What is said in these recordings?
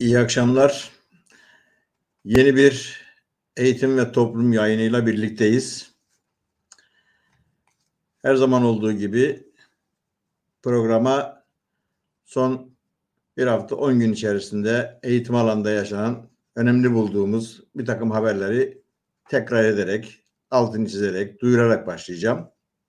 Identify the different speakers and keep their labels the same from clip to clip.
Speaker 1: İyi akşamlar. Yeni bir eğitim ve toplum yayınıyla birlikteyiz. Her zaman olduğu gibi programa son bir hafta 10 gün içerisinde eğitim alanında yaşanan önemli bulduğumuz bir takım haberleri tekrar ederek, altını çizerek, duyurarak başlayacağım.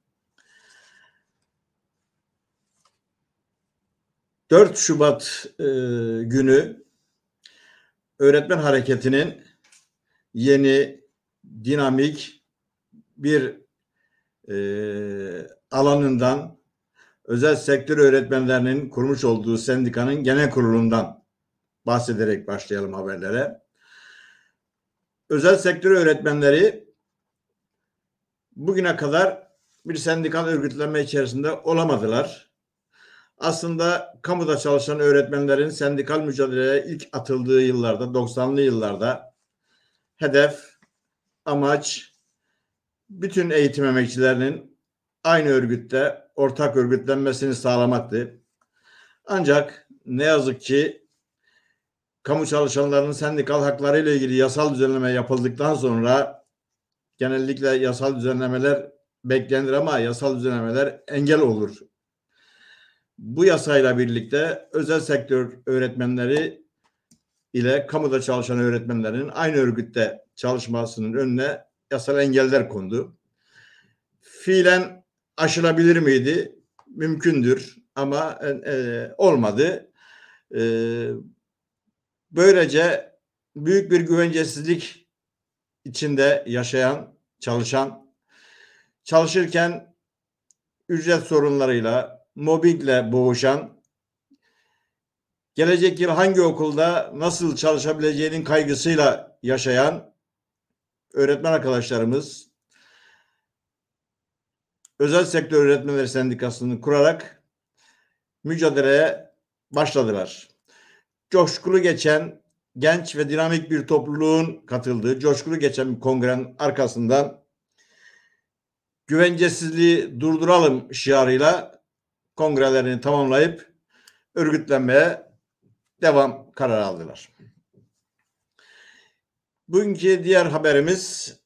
Speaker 1: 4 Şubat günü öğretmen hareketinin yeni, dinamik bir alanından, özel sektör öğretmenlerinin kurmuş olduğu sendikanın genel kurulundan bahsederek başlayalım haberlere. Özel sektör öğretmenleri bugüne kadar bir sendikal örgütlenme içerisinde olamadılar. Aslında kamuda çalışan öğretmenlerin sendikal mücadeleye ilk atıldığı yıllarda, 90'lı yıllarda hedef, amaç, bütün eğitim emekçilerinin aynı örgütte ortak örgütlenmesini sağlamaktı. Ancak ne yazık ki kamu çalışanlarının sendikal hakları ile ilgili yasal düzenleme yapıldıktan sonra genellikle yasal düzenlemeler beklenir ama yasal düzenlemeler engel olur. Bu yasayla birlikte özel sektör öğretmenleri ile kamuda çalışan öğretmenlerin aynı örgütte çalışmasının önüne yasal engeller kondu. Fiilen aşılabilir miydi? Mümkündür ama olmadı. Böylece büyük bir güvencesizlik içinde yaşayan, çalışırken ücret sorunlarıyla, mobbingle boğuşan, gelecek yıl hangi okulda nasıl çalışabileceğinin kaygısıyla yaşayan öğretmen arkadaşlarımız Özel Sektör Öğretmenleri Sendikası'nı kurarak mücadeleye başladılar. Coşkulu geçen, genç ve dinamik bir topluluğun katıldığı coşkulu geçen bir kongrenin arkasından güvencesizliği durduralım şiarıyla kongrelerini tamamlayıp örgütlenmeye devam kararı aldılar. Bugünkü diğer haberimiz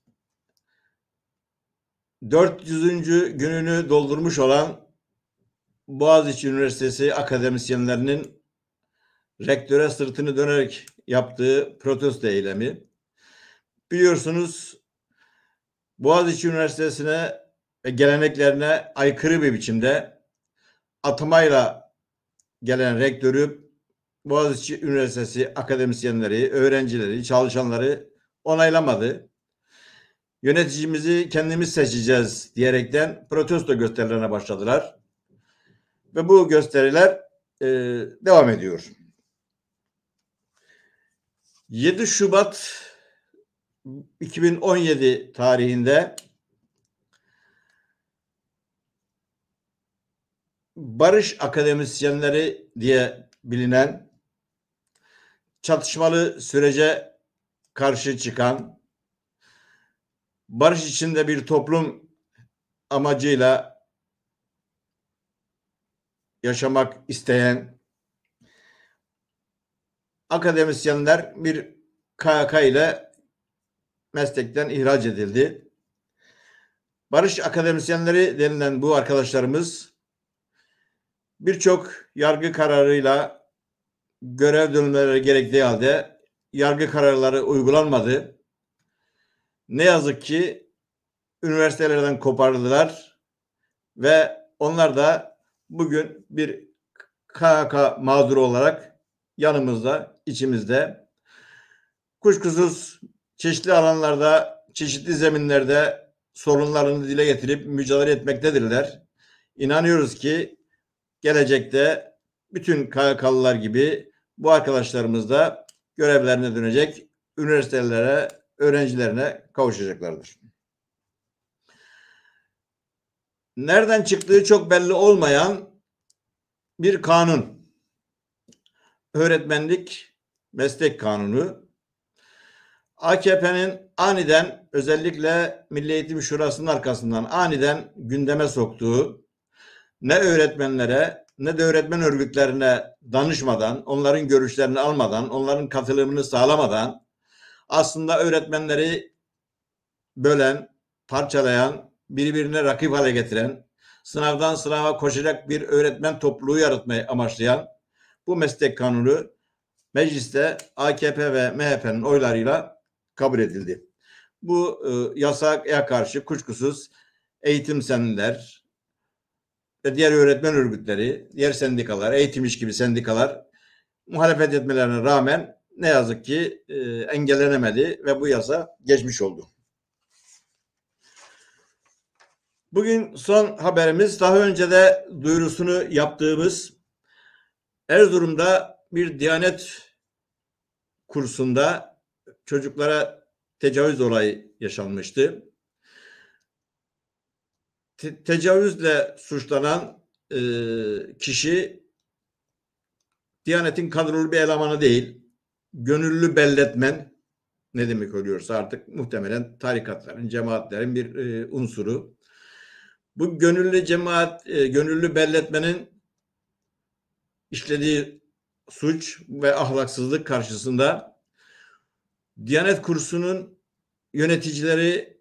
Speaker 1: 400. gününü doldurmuş olan Boğaziçi Üniversitesi akademisyenlerinin rektöre sırtını dönerek yaptığı protesto eylemi. Biliyorsunuz Boğaziçi Üniversitesi'ne ve geleneklerine aykırı bir biçimde atamayla gelen rektörü Boğaziçi Üniversitesi akademisyenleri, öğrencileri, çalışanları onaylamadı. Yöneticimizi kendimiz seçeceğiz diyerekten protesto gösterilerine başladılar. Ve bu gösteriler devam ediyor. 7 Şubat 2017 tarihinde Barış Akademisyenleri diye bilinen çatışmalı sürece karşı çıkan, barış içinde bir toplum amacıyla yaşamak isteyen akademisyenler bir KYK ile meslekten ihraç edildi. Barış akademisyenleri denilen bu arkadaşlarımız birçok yargı kararıyla görev dönümleri gerektiği halde yargı kararları uygulanmadı. Ne yazık ki üniversitelerden kopardılar ve onlar da bugün bir KHK mağduru olarak yanımızda, içimizde. Kuşkusuz çeşitli alanlarda, çeşitli zeminlerde sorunlarını dile getirip mücadele etmektedirler. İnanıyoruz ki gelecekte bütün KHK'lılar gibi bu arkadaşlarımız da görevlerine dönecek, üniversitelere, öğrencilerine kavuşacaklardır. Nereden çıktığı çok belli olmayan bir kanun, öğretmenlik meslek kanunu, AKP'nin aniden, özellikle Milli Eğitim Şurası'nın arkasından aniden gündeme soktuğu, ne öğretmenlere ne de öğretmen örgütlerine danışmadan, onların görüşlerini almadan, onların katılımını sağlamadan aslında öğretmenleri bölen, parçalayan, birbirine rakip hale getiren, sınavdan sınava koşacak bir öğretmen topluluğu yaratmayı amaçlayan bu meslek kanunu mecliste AKP ve MHP'nin oylarıyla kabul edildi. Bu yasaya karşı kuşkusuz eğitim senler ve diğer öğretmen örgütleri, diğer sendikalar, Eğitim İş gibi sendikalar muhalefet etmelerine rağmen ne yazık ki engellenemedi ve bu yasa geçmiş oldu. Bugün son haberimiz, daha önce de duyurusunu yaptığımız Erzurum'da bir Diyanet kursunda çocuklara tecavüz olayı yaşanmıştı. Tecavüzle suçlanan kişi Diyanet'in kadrolu bir elemanı değil, gönüllü belletmen, ne demek oluyorsa artık muhtemelen tarikatların, cemaatlerin bir unsuru. Bu gönüllü belletmenin işlediği suç ve ahlaksızlık karşısında Diyanet kursunun yöneticileri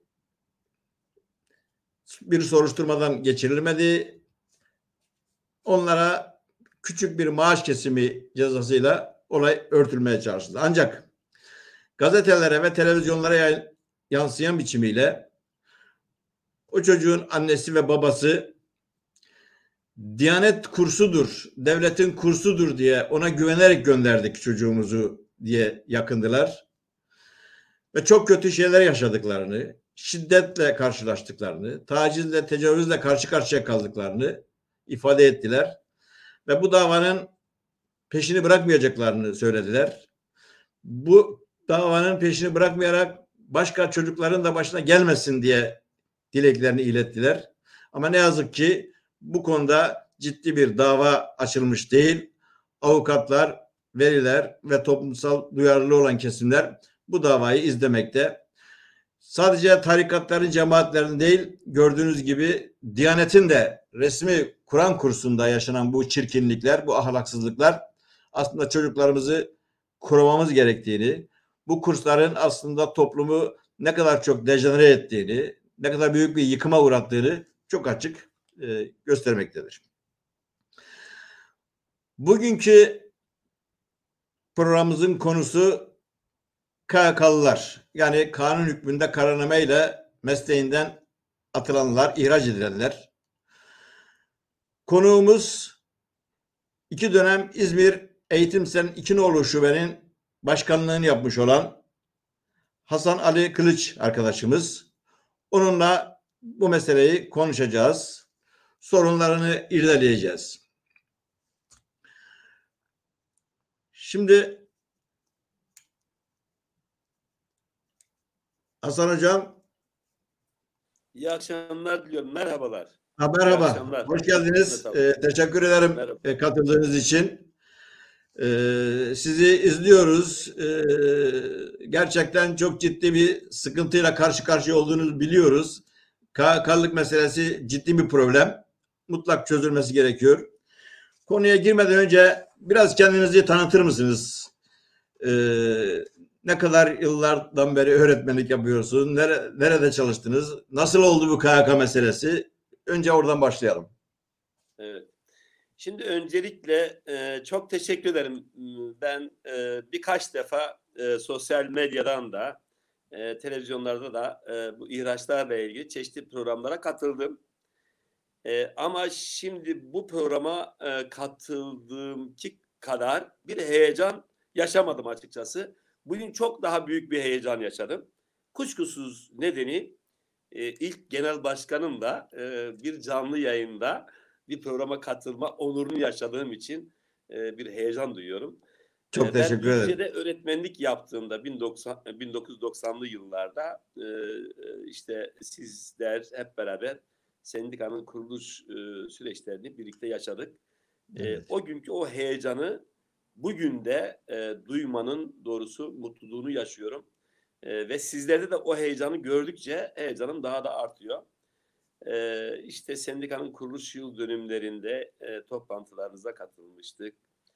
Speaker 1: bir soruşturmadan geçirilmedi. Onlara küçük bir maaş kesimi cezasıyla olay örtülmeye çalışıldı. Ancak gazetelere ve televizyonlara yansıyan biçimiyle o çocuğun annesi ve babası Diyanet kursudur, devletin kursudur diye ona güvenerek gönderdik çocuğumuzu diye yakındılar. Ve çok kötü şeyler yaşadıklarını, şiddetle karşılaştıklarını, tacizle, tecavüzle karşı karşıya kaldıklarını ifade ettiler. Ve bu davanın peşini bırakmayacaklarını söylediler. Bu davanın peşini bırakmayarak başka çocukların da başına gelmesin diye dileklerini ilettiler. Ama ne yazık ki bu konuda ciddi bir dava açılmış değil. Avukatlar, veliler ve toplumsal duyarlı olan kesimler bu davayı izlemekte. Sadece tarikatların, cemaatlerin değil, gördüğünüz gibi Diyanet'in de resmi Kur'an kursunda yaşanan bu çirkinlikler, bu ahlaksızlıklar aslında çocuklarımızı korumamız gerektiğini, bu kursların aslında toplumu ne kadar çok dejenere ettiğini, ne kadar büyük bir yıkıma uğrattığını çok açık göstermektedir. Bugünkü programımızın konusu KYK'lılar, yani kanun hükmünde kararnameyle mesleğinden atılanlar, ihraç edilenler. Konuğumuz 2 dönem İzmir Eğitim Sen İkinoğlu Şube'nin başkanlığını yapmış olan Hasan Ali Kılıç arkadaşımız. Onunla bu meseleyi konuşacağız. Sorunlarını irdeleyeceğiz. Şimdi Hasan Hocam.
Speaker 2: İyi akşamlar diliyorum. Merhabalar.
Speaker 1: Merhaba. Hoş geldiniz. Teşekkür ederim katıldığınız için. Sizi izliyoruz. Gerçekten çok ciddi bir sıkıntıyla karşı karşıya olduğunuzu biliyoruz. KYK'lık meselesi ciddi bir problem. Mutlak çözülmesi gerekiyor. Konuya girmeden önce biraz kendinizi tanıtır mısınız? Ne kadar yıllardan beri öğretmenlik yapıyorsunuz? Nerede çalıştınız? Nasıl oldu bu KYK meselesi? Önce oradan başlayalım.
Speaker 2: Evet. Şimdi öncelikle çok teşekkür ederim. Ben birkaç defa sosyal medyadan da televizyonlarda da bu ihraçlarla ilgili çeşitli programlara katıldım. Ama şimdi bu programa katıldığımki kadar bir heyecan yaşamadım açıkçası. Bugün çok daha büyük bir heyecan yaşadım. Kuşkusuz nedeni ilk genel başkanım da bir canlı yayında bir programa katılma onurunu yaşadığım için bir heyecan duyuyorum.
Speaker 1: Çok teşekkür ederim.
Speaker 2: Ben Düzce'de öğretmenlik yaptığımda 1990'lı yıllarda işte sizler hep beraber sendikanın kuruluş süreçlerini birlikte yaşadık. Evet. O günkü o heyecanı bugün de duymanın doğrusu mutluluğunu yaşıyorum. Ve sizlerde de o heyecanı gördükçe heyecanım daha da artıyor. İşte sendikanın kuruluş yıl dönümlerinde toplantılarınıza katılmıştık.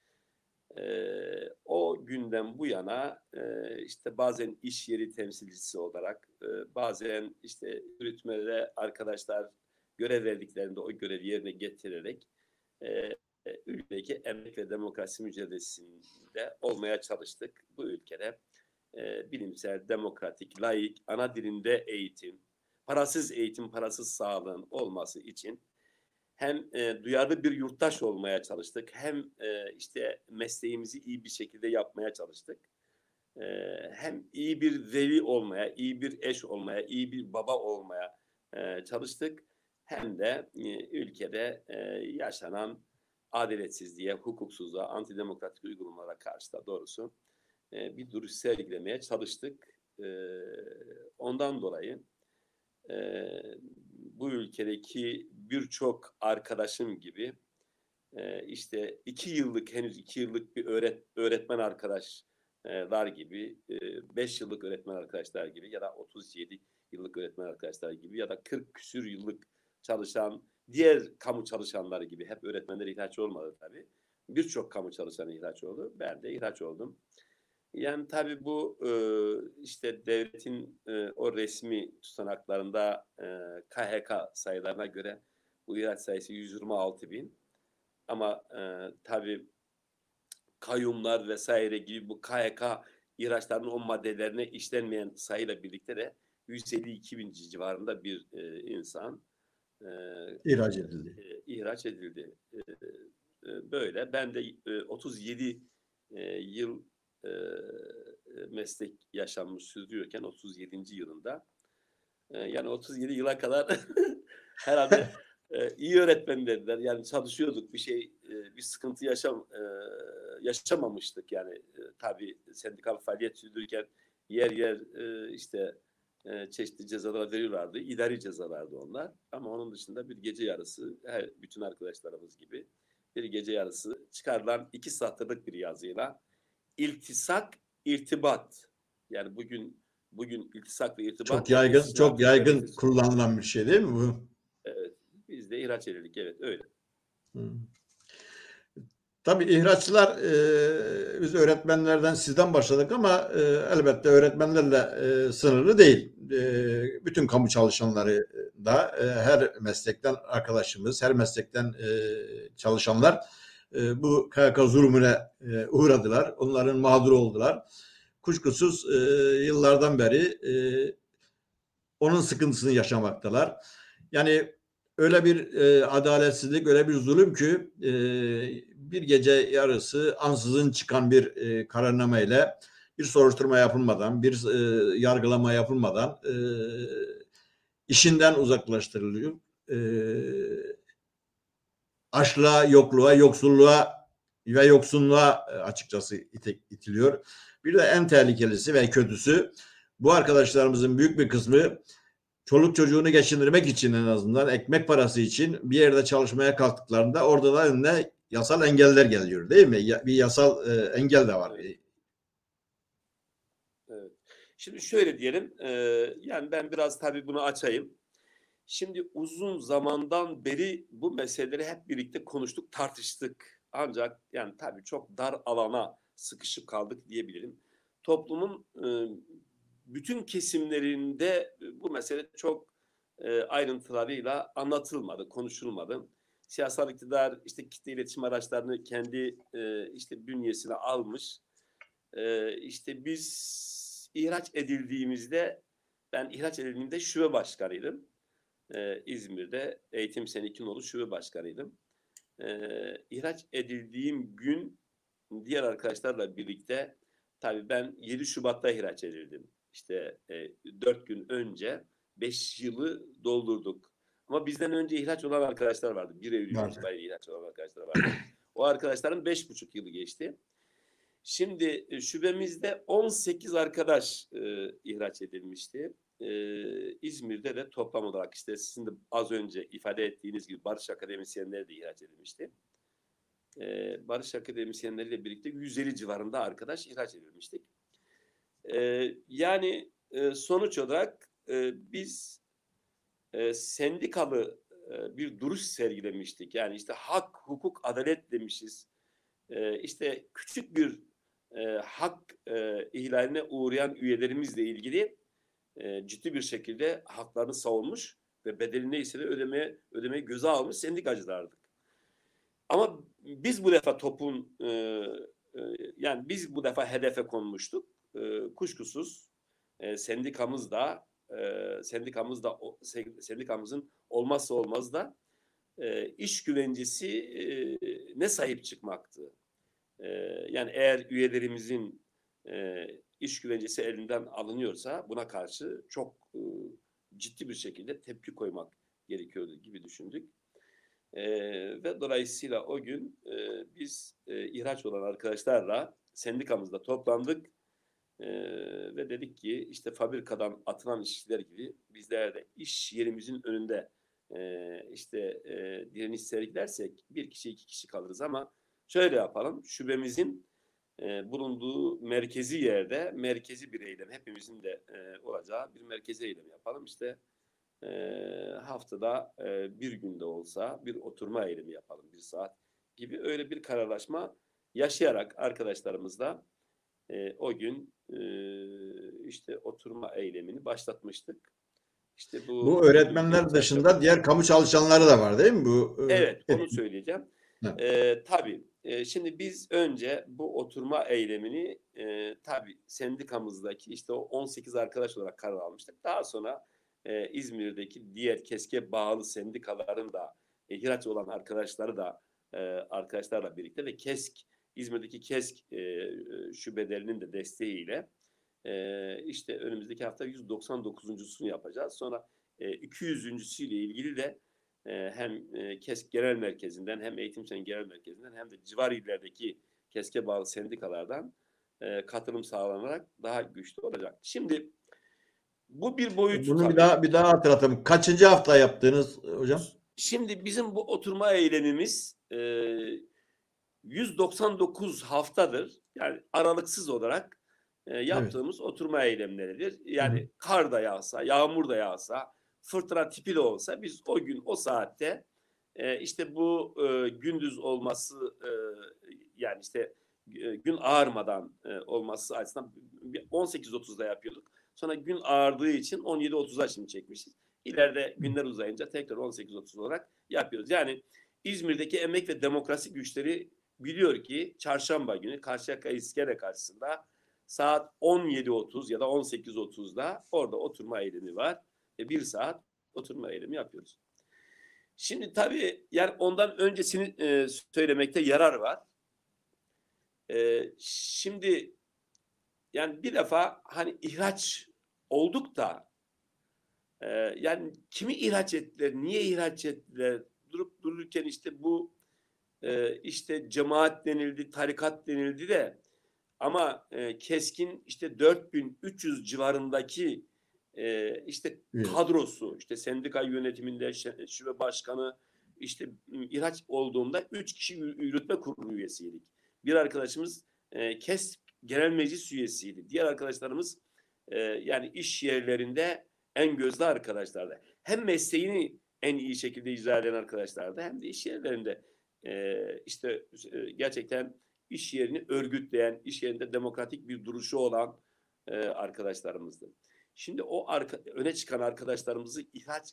Speaker 2: O günden bu yana işte bazen iş yeri temsilcisi olarak, bazen işte yürütmede arkadaşlar görev verdiklerinde o görevi yerine getirerek e, ülkedeki emek ve demokrasi mücadelesinde olmaya çalıştık. Bu ülkede bilimsel, demokratik, laik, ana dilinde eğitim, parasız eğitim, parasız sağlığın olması için hem duyarlı bir yurttaş olmaya çalıştık, hem işte mesleğimizi iyi bir şekilde yapmaya çalıştık. Hem iyi bir veli olmaya, iyi bir eş olmaya, iyi bir baba olmaya çalıştık. Hem de ülkede yaşanan adaletsizliğe, hukuksuzluğa, antidemokratik uygulamalara karşı da doğrusu bir duruş sergilemeye çalıştık. Ondan dolayı bu ülkedeki birçok arkadaşım gibi işte henüz 2 yıllık bir öğretmen arkadaşlar gibi, 5 yıllık öğretmen arkadaşlar gibi ya da 37 yıllık öğretmen arkadaşlar gibi ya da 40 küsür yıllık çalışan diğer kamu çalışanları gibi, hep öğretmenler ihraç olmadı tabii. Birçok kamu çalışanı ihraç oldu. Ben de ihraç oldum. Yani tabii bu işte devletin o resmi tutanaklarında KHK sayılarına göre bu ihraç sayısı 126.000. Ama tabii kayyumlar vesaire gibi bu KHK ihraçlarının o maddelerine işlenmeyen sayıyla birlikte de 152.000 civarında bir insan e,
Speaker 1: ihraç edildi.
Speaker 2: ihraç edildi. Böyle. Ben de 37 yıl meslek yaşamımı sürdürüyorken 37. yılında yani 37 yıla kadar herhalde iyi öğretmen dediler. Yani çalışıyorduk, bir sıkıntı yaşamamıştık. Yani tabii sendikal faaliyet sürdürürken yer yer işte çeşitli cezalar veriyorlardı. İdari cezalardı onlar. Ama onun dışında bir gece yarısı bütün arkadaşlarımız gibi bir gece yarısı çıkarılan 2 satırlık bir yazıyla iltisak, irtibat. Yani bugün iltisak ve irtibat herkes için
Speaker 1: Çok
Speaker 2: artık
Speaker 1: yaygın
Speaker 2: öğretir.
Speaker 1: kullanılan bir şey değil mi bu?
Speaker 2: Evet. Biz de ihraç edildik. Evet öyle.
Speaker 1: Hı. Tabii ihraçlar biz öğretmenlerden sizden başladık ama elbette öğretmenlerle sınırlı değil. Bütün kamu çalışanları da her meslekten arkadaşımız, her meslekten çalışanlar bu KYK zulmüne uğradılar. Onların mağduru oldular. Kuşkusuz yıllardan beri onun sıkıntısını yaşamaktalar. Yani öyle bir adaletsizlik, öyle bir zulüm ki bir gece yarısı ansızın çıkan bir kararname ile bir soruşturma yapılmadan, bir yargılama yapılmadan işinden uzaklaştırılıyor. E, Açlığa, yokluğa, yoksulluğa ve yoksunluğa açıkçası itiliyor. Bir de en tehlikelisi ve kötüsü bu arkadaşlarımızın büyük bir kısmı çoluk çocuğunu geçindirmek için en azından ekmek parası için bir yerde çalışmaya kalktıklarında orada da önüne yasal engeller geliyor değil mi? Bir yasal engel de var.
Speaker 2: Evet. Evet. Şimdi şöyle diyelim, yani ben biraz tabii bunu açayım. Şimdi uzun zamandan beri bu meseleleri hep birlikte konuştuk, tartıştık. Ancak yani tabii çok dar alana sıkışıp kaldık diyebilirim. Toplumun bütün kesimlerinde bu mesele çok ayrıntılarıyla anlatılmadı, konuşulmadı. Siyasal iktidar işte kitle iletişim araçlarını kendi işte bünyesine almış. İşte ben ihraç edildiğimde şube başkanıydım. İzmir'de Eğitim Senikoğlu şube başkanıydım. İhraç edildiğim gün diğer arkadaşlarla birlikte tabii ben 7 Şubat'ta ihraç edildim. İşte 4 gün önce 5 yılı doldurduk. Ama bizden önce ihraç olan arkadaşlar vardı. 1 Eylül
Speaker 1: Var.
Speaker 2: itibariyle ihraç olan arkadaşlar vardı. O arkadaşların 5,5 yılı geçti. Şimdi şubemizde 18 arkadaş ihraç edilmişti. İzmir'de de toplam olarak işte sizin de az önce ifade ettiğiniz gibi Barış Akademisyenleri de ihraç edilmişti. Barış Akademisyenleriyle birlikte 150 civarında arkadaş ihraç edilmiştik. Yani sonuç olarak biz sendikalı bir duruş sergilemiştik. Yani işte hak, hukuk, adalet demişiz. İşte küçük bir hak ihlaline uğrayan üyelerimizle ilgili ciddi bir şekilde haklarını savunmuş ve bedelini neyse de ödemeyi göze almış sendikacılardık. Ama biz bu defa yani biz bu defa hedefe konmuştuk. Kuşkusuz sendikamızın olmazsa olmazı da iş güvencesi ne sahip çıkmaktı. Yani eğer üyelerimizin iş güvencesi elinden alınıyorsa buna karşı çok ciddi bir şekilde tepki koymak gerekiyordu gibi düşündük. Ve dolayısıyla o gün biz ihraç olan arkadaşlarla sendikamızda toplandık ve dedik ki işte fabrikadan atılan işçiler gibi bizler de iş yerimizin önünde direniş sergilersek bir kişi iki kişi kalırız ama şöyle yapalım, şubemizin bulunduğu merkezi yerde merkezi bir eylem, hepimizin de olacağı bir merkezi eylem yapalım. İşte haftada bir günde olsa bir oturma eylemi yapalım, bir saat gibi öyle bir kararlaşma yaşayarak arkadaşlarımızla o gün işte oturma eylemini başlatmıştık. İşte
Speaker 1: Bu öğretmenler dışında diğer kamu çalışanları da var değil mi?
Speaker 2: Evet, onu söyleyeceğim.
Speaker 1: Evet.
Speaker 2: Tabii. Şimdi biz önce bu oturma eylemini tabii sendikamızdaki işte o 18 arkadaş olarak karar almıştık. Daha sonra İzmir'deki diğer KESK'e bağlı sendikaların da ihraç olan arkadaşları da arkadaşlarla birlikte ve İzmir'deki KESK şubelerinin de desteğiyle işte önümüzdeki hafta 199.sunu yapacağız. Sonra 200.'süyle ilgili de hem KESK Genel Merkezi'nden hem Eğitim Sen Genel Merkezi'nden hem de civar illerdeki KESK'e bağlı sendikalardan katılım sağlanarak daha güçlü olacak. Şimdi bu bir boyutu
Speaker 1: Bunu
Speaker 2: tabii.
Speaker 1: bir daha hatırlatalım. Kaçıncı hafta yaptınız hocam?
Speaker 2: Şimdi bizim bu oturma eylemimiz 199 haftadır. Yani aralıksız olarak
Speaker 1: Evet.
Speaker 2: yaptığımız oturma eylemleridir.
Speaker 1: Hı
Speaker 2: Yani
Speaker 1: hı.
Speaker 2: kar da yağsa, yağmur da yağsa, fırtına tipi de olsa biz o gün o saatte işte bu gündüz olması yani işte gün ağarmadan olması açısından 18.30'da yapıyorduk. Sonra gün ağardığı için 17.30'a şimdi çekmişiz. İleride günler uzayınca tekrar 18.30 olarak yapıyoruz. Yani İzmir'deki emek ve demokrasi güçleri biliyor ki çarşamba günü Karşıyaka İskele karşısında saat 17.30 ya da 18.30'da orada oturma eylemi var. Bir saat oturma eylemi yapıyoruz. Şimdi tabii yani ondan öncesini söylemekte yarar var. Şimdi yani bir defa hani ihraç olduk da yani kimi ihraç ettiler, niye ihraç ettiler? Durup dururken işte bu işte cemaat denildi, tarikat denildi de ama KESK'in işte 4.300 civarındaki işte
Speaker 1: Evet.
Speaker 2: kadrosu, işte sendika yönetiminde şube başkanı, işte ihraç olduğunda 3 kişi yürütme kurulu üyesiydik. Bir arkadaşımız KESK Genel Meclis üyesiydi. Diğer arkadaşlarımız yani iş yerlerinde en gözde arkadaşlardı. Hem mesleğini en iyi şekilde icra eden arkadaşlardı hem de iş yerlerinde işte gerçekten iş yerini örgütleyen, iş yerinde demokratik bir duruşu olan arkadaşlarımızdı. Şimdi o öne çıkan arkadaşlarımızı ihraç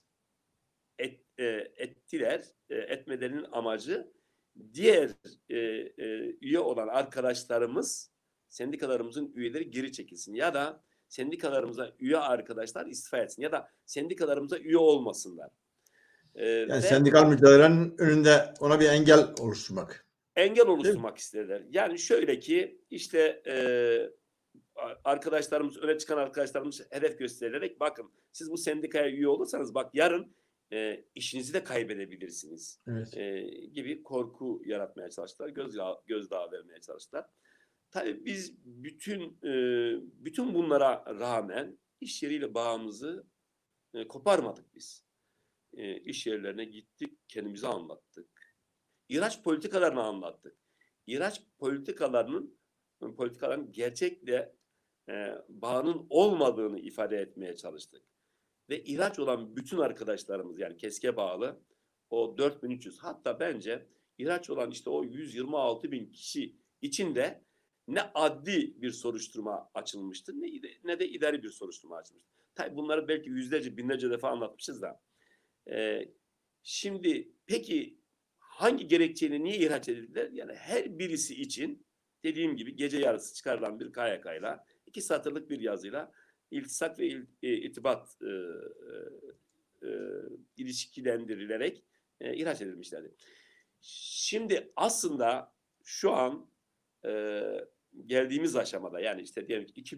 Speaker 2: ettiler. Etmelerinin amacı diğer üye olan arkadaşlarımız, sendikalarımızın üyeleri geri çekilsin ya da sendikalarımıza üye arkadaşlar istifa etsin ya da sendikalarımıza üye olmasınlar.
Speaker 1: Yani
Speaker 2: Ve
Speaker 1: sendikal mücadelenin önünde ona bir engel oluşturmak.
Speaker 2: engel oluşturmak istediler. Yani şöyle ki işte arkadaşlarımız, öne çıkan arkadaşlarımız hedef gösterilerek bakın siz bu sendikaya üye olursanız bak yarın işinizi de kaybedebilirsiniz
Speaker 1: Evet.
Speaker 2: gibi korku yaratmaya çalıştılar. Gözdağı vermeye çalıştılar. Tabii biz bütün bunlara rağmen iş yeriyle bağımızı koparmadık biz. İş yerlerine gittik, kendimizi anlattık. İhraç politikalarını anlattık. İhraç politikaların gerçekle bağının olmadığını ifade etmeye çalıştık. ve ihraç olan bütün arkadaşlarımız, yani KESK'e bağlı o 4300, hatta bence ihraç olan işte o 126 bin kişi içinde ne adli bir soruşturma açılmıştır ne de idari bir soruşturma açılmıştır. Tabii bunları belki yüzlerce binlerce defa anlatmışız da. Şimdi peki hangi gerekçeyle niye ihraç edildiler? Yani her birisi için dediğim gibi gece yarısı çıkarılan bir KYK'yla 2 satırlık bir yazıyla iltisak ve irtibat ilişkilendirilerek ihraç edilmişlerdi. Şimdi aslında şu an geldiğimiz aşamada, yani işte diyelim ki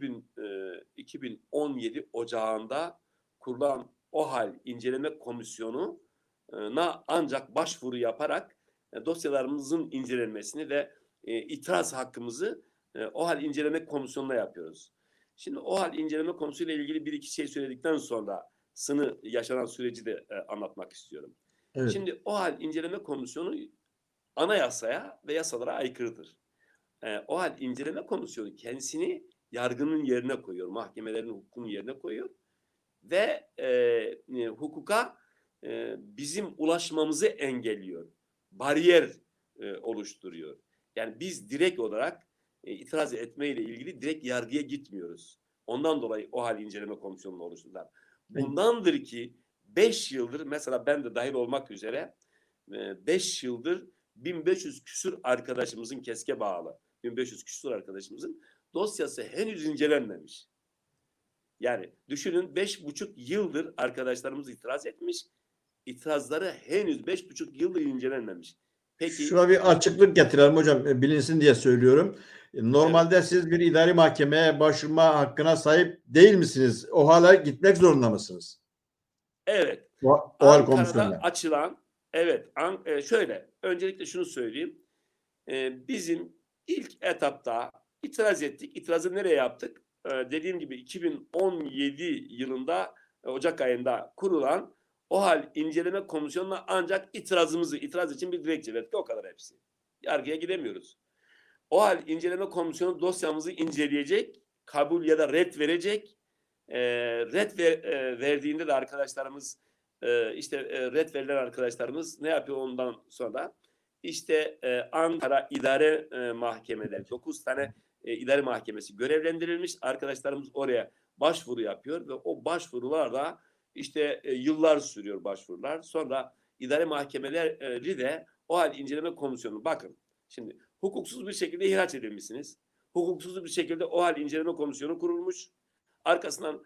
Speaker 2: 2017 Ocağı'nda kurulan OHAL İnceleme Komisyonu'na ancak başvuru yaparak dosyalarımızın incelenmesini ve itiraz hakkımızı OHAL İnceleme Komisyonu'na yapıyoruz. Şimdi OHAL İnceleme Komisyonu ile ilgili bir iki şey söyledikten sonra yaşanan süreci de anlatmak istiyorum.
Speaker 1: Evet.
Speaker 2: Şimdi OHAL İnceleme Komisyonu anayasaya ve yasalara aykırıdır. OHAL İnceleme Komisyonu kendisini yargının yerine koyuyor, mahkemelerin hukukun yerine koyuyor ve hukuka bizim ulaşmamızı engelliyor, bariyer oluşturuyor. Yani biz direkt olarak itiraz etmeyle ilgili direkt yargıya gitmiyoruz. Ondan dolayı OHAL İnceleme Komisyonu'nu oluşturdular. Bundandır ki 5 yıldır, mesela ben de dahil olmak üzere 5 yıldır 1500 küsur arkadaşımızın, KESK'e bağlı 1500 küsur arkadaşımızın dosyası henüz incelenmemiş. Yani düşünün, 5,5 yıldır arkadaşlarımız itiraz etmiş. İtirazları henüz 5,5 yıldır incelenmemiş. Peki,
Speaker 1: şuna bir açıklık getirelim hocam, bilinsin diye söylüyorum. Normalde evet, siz bir idari mahkemeye başvurma hakkına sahip değil misiniz? O hala gitmek zorunda mısınız?
Speaker 2: Evet.
Speaker 1: OHAL komisyonuna
Speaker 2: açılan, evet, şöyle öncelikle şunu söyleyeyim. Bizim ilk etapta itiraz ettik. İtirazı nereye yaptık? Dediğim gibi 2017 yılında Ocak ayında kurulan OHAL İnceleme Komisyonu'na ancak itiraz için bir dilekçe verdik. O kadar hepsi. Yargıya gidemiyoruz. OHAL İnceleme Komisyonu dosyamızı inceleyecek, kabul ya da red verecek. Verdiğinde de arkadaşlarımız red verilen arkadaşlarımız ne yapıyor ondan sonra? İşte Ankara İdare Mahkemeleri, 9 tane idare mahkemesi görevlendirilmiş. Arkadaşlarımız oraya başvuru yapıyor ve o başvurular işte yıllar sürüyor başvurular. Sonra idare mahkemeleri de OHAL İnceleme Komisyonu, bakın şimdi hukuksuz bir şekilde ihraç edilmişsiniz. Hukuksuz bir şekilde OHAL İnceleme Komisyonu kurulmuş. Arkasından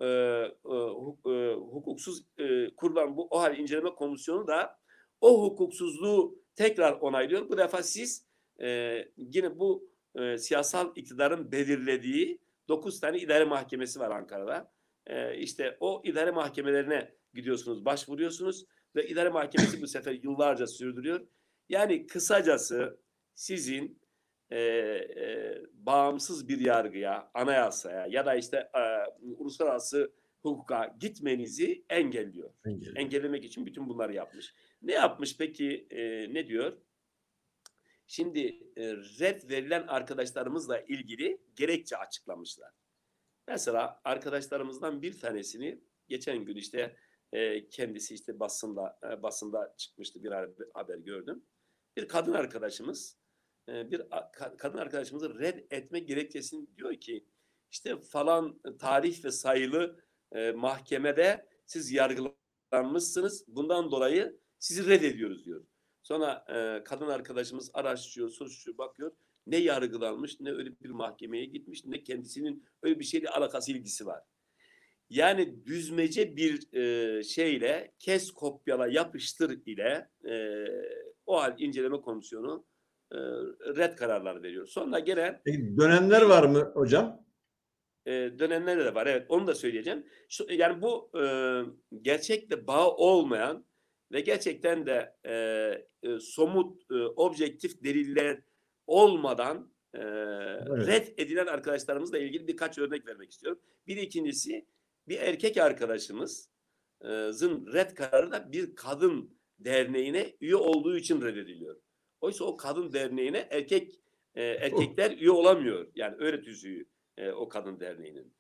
Speaker 2: hukuksuz kurulan bu OHAL İnceleme Komisyonu da o hukuksuzluğu tekrar onaylıyor. Bu defa siz yine bu siyasal iktidarın belirlediği 9 tane idare mahkemesi var Ankara'da. İşte o idare mahkemelerine gidiyorsunuz, başvuruyorsunuz ve idare mahkemesi bu sefer yıllarca sürdürüyor. Yani kısacası sizin bağımsız bir yargıya, anayasaya ya da işte uluslararası hukuka gitmenizi engelliyor. Engellemek için bütün bunları yapmış. Ne yapmış peki? Ne diyor? Şimdi red verilen arkadaşlarımızla ilgili gerekçe açıklamışlar. Mesela arkadaşlarımızdan bir tanesini geçen gün işte kendisi işte basında çıkmıştı, bir haber gördüm. Bir kadın arkadaşımız kadın arkadaşımızı red etme gerekçesini diyor ki işte falan tarih ve sayılı mahkemede siz yargılanmışsınız. Bundan dolayı sizi reddediyoruz diyor. Sonra kadın arkadaşımız araştırıyor, soruşturuyor, bakıyor. Ne yargılanmış, ne öyle bir mahkemeye gitmiş, ne kendisinin öyle bir şeyle alakası, ilgisi var. Yani düzmece bir şeyle, kes kopyala yapıştır ile OHAL İnceleme Komisyonu red kararlar veriyor. Sonra gelen...
Speaker 1: Peki dönenler var mı hocam?
Speaker 2: Dönenler de var. Evet, onu da söyleyeceğim. Yani bu gerçekle bağı olmayan ve gerçekten de somut, objektif deliller olmadan
Speaker 1: evet,
Speaker 2: red edilen arkadaşlarımızla ilgili birkaç örnek vermek istiyorum. Bir ikincisi, bir erkek arkadaşımızın red kararı da bir kadın derneğine üye olduğu için reddediliyor. Oysa o kadın derneğine erkekler üye olamıyor. Yani öğret üyü o kadın derneğinin.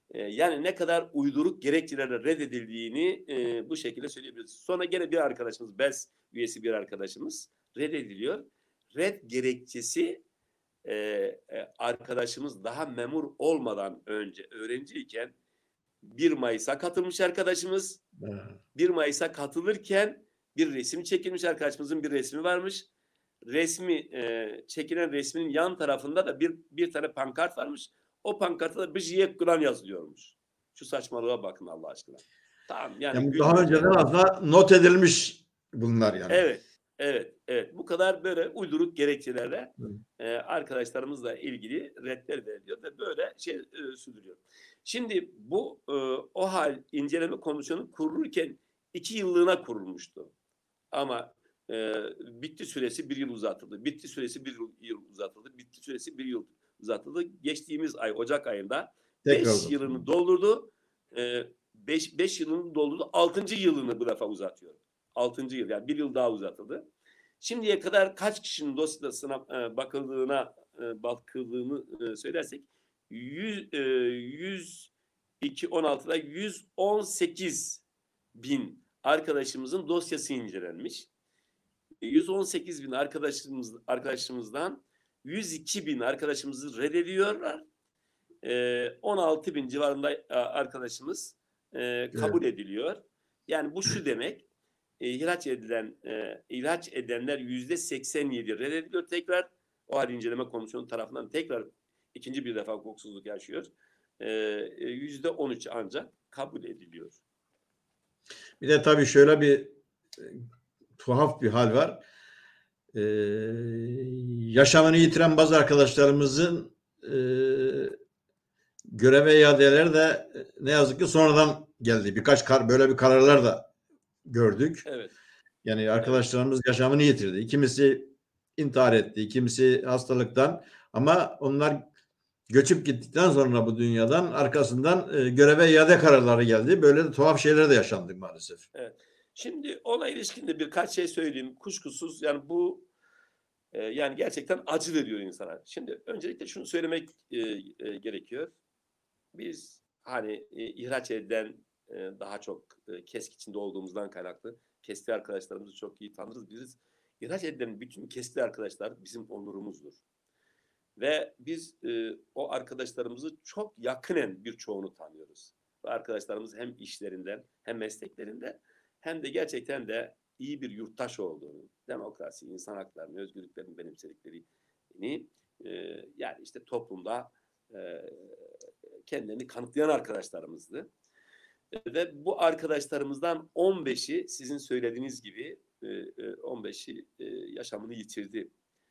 Speaker 2: Yani ne kadar uyduruk gerekçelerle reddedildiğini bu şekilde söyleyebiliriz. Sonra gene bir arkadaşımız, BES üyesi bir arkadaşımız reddediliyor. Red gerekçesi arkadaşımız daha memur olmadan önce öğrenciyken 1 Mayıs'a katılmış arkadaşımız. 1 Mayıs'a katılırken bir resim çekilmiş, arkadaşımızın bir resmi varmış. Çekilen resminin yan tarafında da bir tane pankart varmış. O pankartta da Bıcıye Kur'an yazılıyormuş. Şu saçmalığa bakın Allah aşkına. Tamam yani
Speaker 1: Yani daha önceden aslında not edilmiş bunlar yani.
Speaker 2: Evet. Bu kadar böyle uyduruk gerekçelerle arkadaşlarımızla ilgili redler veriliyor ve böyle sürdürüyor. Şimdi bu o hal inceleme komisyonu kurulurken 2 yıllığına kurulmuştu. Ama bitti süresi 1 yıl uzatıldı. Bitti süresi 1 yıl uzatıldı. Bitti süresi 1 yıl uzatıldı. Geçtiğimiz ay Ocak ayında 5 yılını doldurdu. 5 yılını doldurdu. 6. yılını bu defa uzatıyor. 6. yıl yani 1 yıl daha uzatıldı. Şimdiye kadar kaç kişinin dosyasına bakıldığını söylersek 116'da 118 bin arkadaşımızın dosyası incelenmiş. 118 bin arkadaşımızdan 102 bin arkadaşımızı reddediyorlar. 16 bin civarında arkadaşımız kabul ediliyor. Yani bu şu demek, ihraç edenler %87 reddediliyor tekrar. O hal inceleme komisyonu tarafından tekrar ikinci bir defa hukuksuzluk yaşıyor. %13 ancak kabul ediliyor.
Speaker 1: Bir de tabii şöyle bir tuhaf bir hal var. Yaşamını yitiren bazı arkadaşlarımızın göreve iadeleri de ne yazık ki sonradan geldi. Böyle bir kararlar da gördük.
Speaker 2: Evet.
Speaker 1: Yani arkadaşlarımız yaşamını yitirdi. Kimisi intihar etti, kimisi hastalıktan, ama onlar göçüp gittikten sonra bu dünyadan arkasından göreve iade kararları geldi. Böyle de tuhaf şeyler de yaşandı maalesef.
Speaker 2: Evet. Şimdi ona ilişkin de birkaç şey söyleyeyim. Kuşkusuz yani bu yani gerçekten acı veriyor insana. Şimdi öncelikle şunu söylemek gerekiyor. Biz hani ihraç eden daha çok KESK içinde olduğumuzdan kaynaklı KESK'li arkadaşlarımızı çok iyi tanırız. Biz ihraç edilen bütün KESK'li arkadaşlar bizim onurumuzdur. Ve biz o arkadaşlarımızı çok yakinen birçoğunu tanıyoruz. Ve arkadaşlarımız hem işlerinden hem mesleklerinden hem de gerçekten de iyi bir yurttaş olduğunu, demokrasi, insan haklarını, özgürlüklerini benimsediklerini yani işte toplumda kendilerini kanıtlayan arkadaşlarımızdı. Ve bu arkadaşlarımızdan 15'i sizin söylediğiniz gibi 15'i yaşamını yitirdi.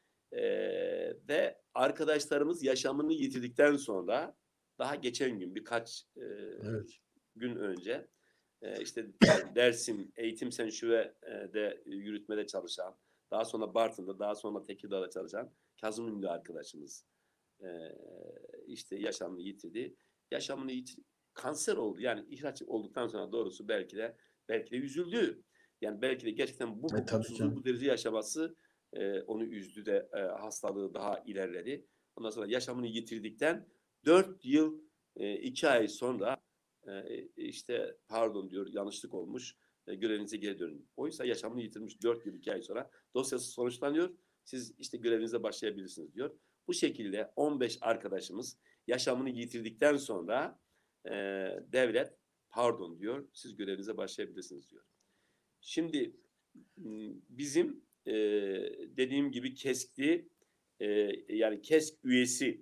Speaker 2: Ve arkadaşlarımız yaşamını yitirdikten sonra daha geçen gün birkaç gün önce işte Dersim Eğitim Senşive'de yürütmede çalışan, daha sonra Bartın'da, daha sonra Tekirdağ'da çalışan Kazım Ünlü arkadaşımız işte yaşamını yitirdi. Kanser oldu. Yani ihraç olduktan sonra doğrusu belki de üzüldü. Yani belki de gerçekten bu derece yaşaması onu üzdü de hastalığı daha ilerledi. Ondan sonra yaşamını yitirdikten 4 yıl 2 ay sonra işte pardon diyor, yanlışlık olmuş, görevinize geri dönün. Oysa yaşamını yitirmiş 4 yıl 2 ay sonra dosyası sonuçlanıyor. Siz işte görevinize başlayabilirsiniz diyor. Bu şekilde 15 arkadaşımız yaşamını yitirdikten sonra devlet pardon diyor, siz görevinize başlayabilirsiniz diyor. Şimdi bizim dediğim gibi KESK'li yani KESK üyesi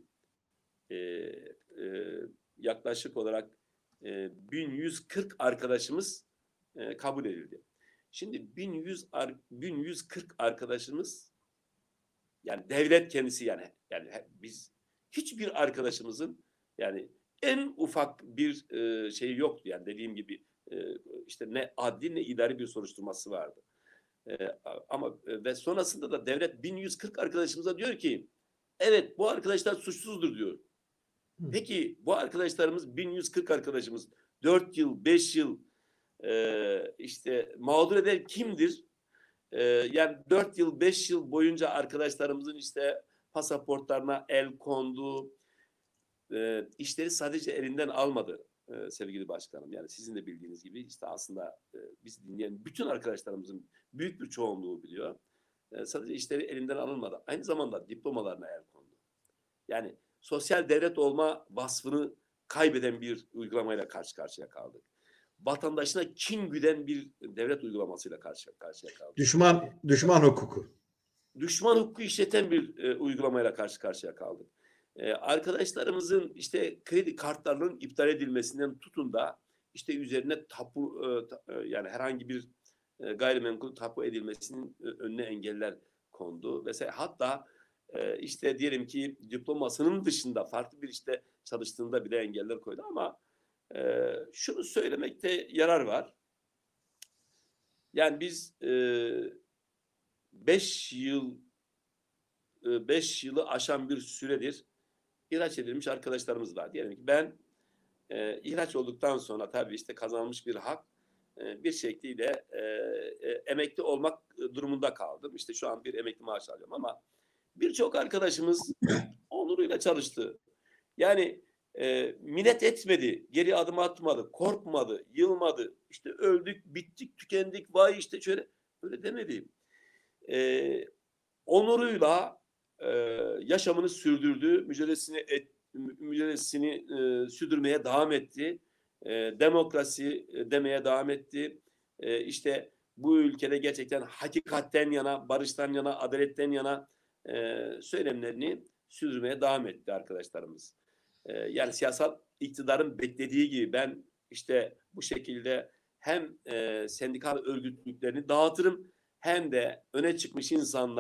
Speaker 2: yaklaşık olarak 1140 arkadaşımız kabul edildi. Şimdi 1140 arkadaşımız yani devlet kendisi yani biz hiçbir arkadaşımızın yani en ufak bir şeyi yoktu yani dediğim gibi işte ne adli ne idari bir soruşturması vardı. Ama ve sonrasında da devlet 1140 arkadaşımıza diyor ki evet bu arkadaşlar suçsuzdur diyor. Peki bu arkadaşlarımız 1140 arkadaşımız 4 yıl 5 yıl işte mağdur eden kimdir? Yani 4 yıl 5 yıl boyunca arkadaşlarımızın işte pasaportlarına el kondu. işleri sadece elinden almadı sevgili başkanım. Yani sizin de bildiğiniz gibi işte aslında bizi dinleyen bütün arkadaşlarımızın büyük bir çoğunluğu biliyor. Sadece işleri elinden alınmadı. Aynı zamanda diplomalarına el kondu. Yani sosyal devlet olma vasfını kaybeden bir uygulamayla karşı karşıya kaldık. Vatandaşına kin güden bir devlet uygulamasıyla karşı karşıya kaldık.
Speaker 1: Düşman hukuku.
Speaker 2: Düşman hukuku işleten bir uygulamayla karşı karşıya kaldık. Arkadaşlarımızın işte kredi kartlarının iptal edilmesinden tutun da işte üzerine tapu yani herhangi bir gayrimenkul tapu edilmesinin önüne engeller kondu. Mesela hatta işte diyelim ki diplomasının dışında farklı bir işte çalıştığında bile engeller koydu ama şunu söylemekte yarar var. Yani biz 5 yılı aşan bir süredir ihraç edilmiş arkadaşlarımız var. Diyelim ki ben ihraç olduktan sonra tabii işte kazanılmış bir hak bir şekliyle emekli olmak durumunda kaldım. İşte şu an bir emekli maaşı alıyorum ama birçok arkadaşımız onuruyla çalıştı. Yani minnet etmedi, geri adım atmadı, korkmadı, yılmadı. İşte öldük, bittik, tükendik, vay işte şöyle öyle demedi. Onuruyla yaşamını sürdürdü, mücadelesini sürdürmeye devam etti. Demokrasi demeye devam etti. İşte bu ülkede gerçekten hakikatten yana, barıştan yana, adaletten yana söylemlerini sürdürmeye devam etti arkadaşlarımız. Yani siyasal iktidarın beklediği gibi ben işte bu şekilde hem sendikal örgütlülüklerini dağıtırım hem de öne çıkmış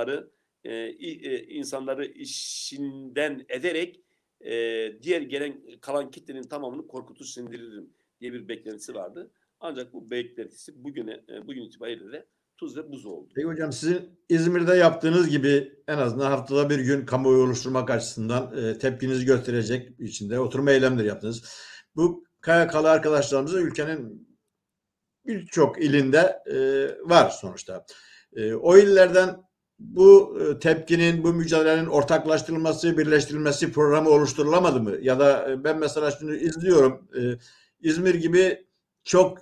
Speaker 2: insanları işinden ederek diğer gelen kalan kitlenin tamamını korkutur sindiririm diye bir beklentisi vardı. Ancak bu beklentisi bugün itibariyle de tuz ve buz oldu.
Speaker 1: Peki hocam sizin İzmir'de yaptığınız gibi en azından haftada bir gün kamuoyu oluşturmak açısından tepkinizi gösterecek biçimde oturma eylemleri yaptınız. Bu KYK'lı arkadaşlarımızın ülkenin birçok ilinde var sonuçta. O illerden bu tepkinin, bu mücadelenin ortaklaştırılması, birleştirilmesi programı oluşturulamadı mı? Ya da ben mesela şimdi izliyorum. İzmir gibi çok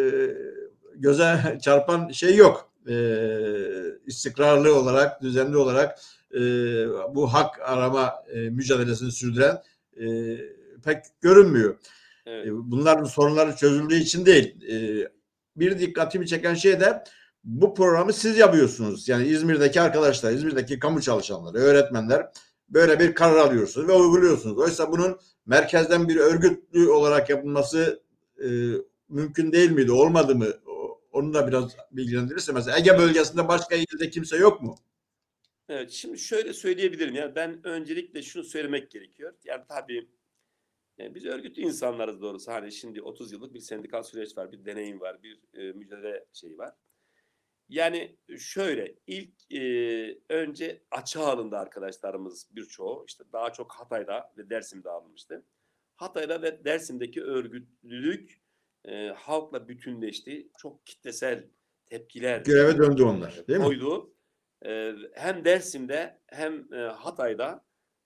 Speaker 1: göze çarpan şey yok. İstikrarlı olarak, düzenli olarak bu hak arama mücadelesini sürdüren pek görünmüyor.
Speaker 2: Evet.
Speaker 1: Bunların sorunları çözüldüğü için değil. Bir dikkatimi çeken şey de bu programı siz yapıyorsunuz. Yani İzmir'deki arkadaşlar, İzmir'deki kamu çalışanları, öğretmenler böyle bir karar alıyorsunuz ve uyguluyorsunuz. Oysa bunun merkezden bir örgütlü olarak yapılması mümkün değil miydi? Olmadı mı? Onu da biraz bilgilendirirse. Mesela Ege bölgesinde başka ilde kimse yok mu?
Speaker 2: Evet, şimdi şöyle söyleyebilirim. Yani ben öncelikle şunu söylemek gerekiyor. Yani tabii biz örgütlü insanlarız doğrusu. Hani şimdi 30 yıllık bir sendikal süreç var, bir deneyim var, bir mücadele şeyi var. Yani şöyle ilk önce açığa alındı arkadaşlarımız birçoğu. İşte daha çok Hatay'da ve Dersim'de alınmıştı. Hatay'da ve Dersim'deki örgütlülük halkla bütünleşti. Çok kitlesel tepkiler
Speaker 1: Göreve döndü onlar, değil mi?
Speaker 2: koydu. Hem Dersim'de hem Hatay'da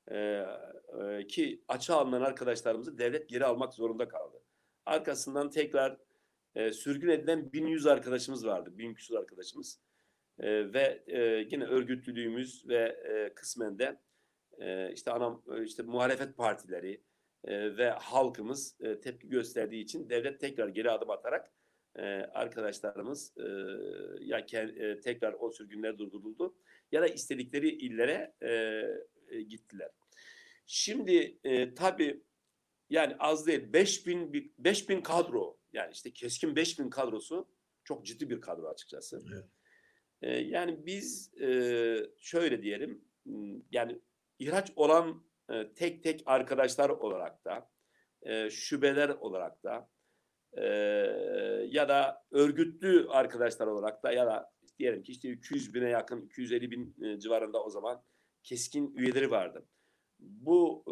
Speaker 2: ki açığa alınan arkadaşlarımızı devlet geri almak zorunda kaldı. Arkasından tekrar sürgün edilen 1100 arkadaşımız vardı. 1000 küsur arkadaşımız. Ve yine örgütlülüğümüz ve kısmen de işte muhalefet partileri ve halkımız tepki gösterdiği için devlet tekrar geri adım atarak arkadaşlarımız tekrar o sürgünler durduruldu ya da istedikleri illere gittiler. Şimdi tabii yani az değil 5000 kadro yani işte keskin 5000 kadrosu çok ciddi bir kadro açıkçası.
Speaker 1: Evet.
Speaker 2: Yani biz şöyle diyelim yani ihraç olan tek tek arkadaşlar olarak da şubeler olarak da ya da örgütlü arkadaşlar olarak da ya da diyelim ki işte 200 bine yakın 250 bin civarında o zaman keskin üyeleri vardı. Bu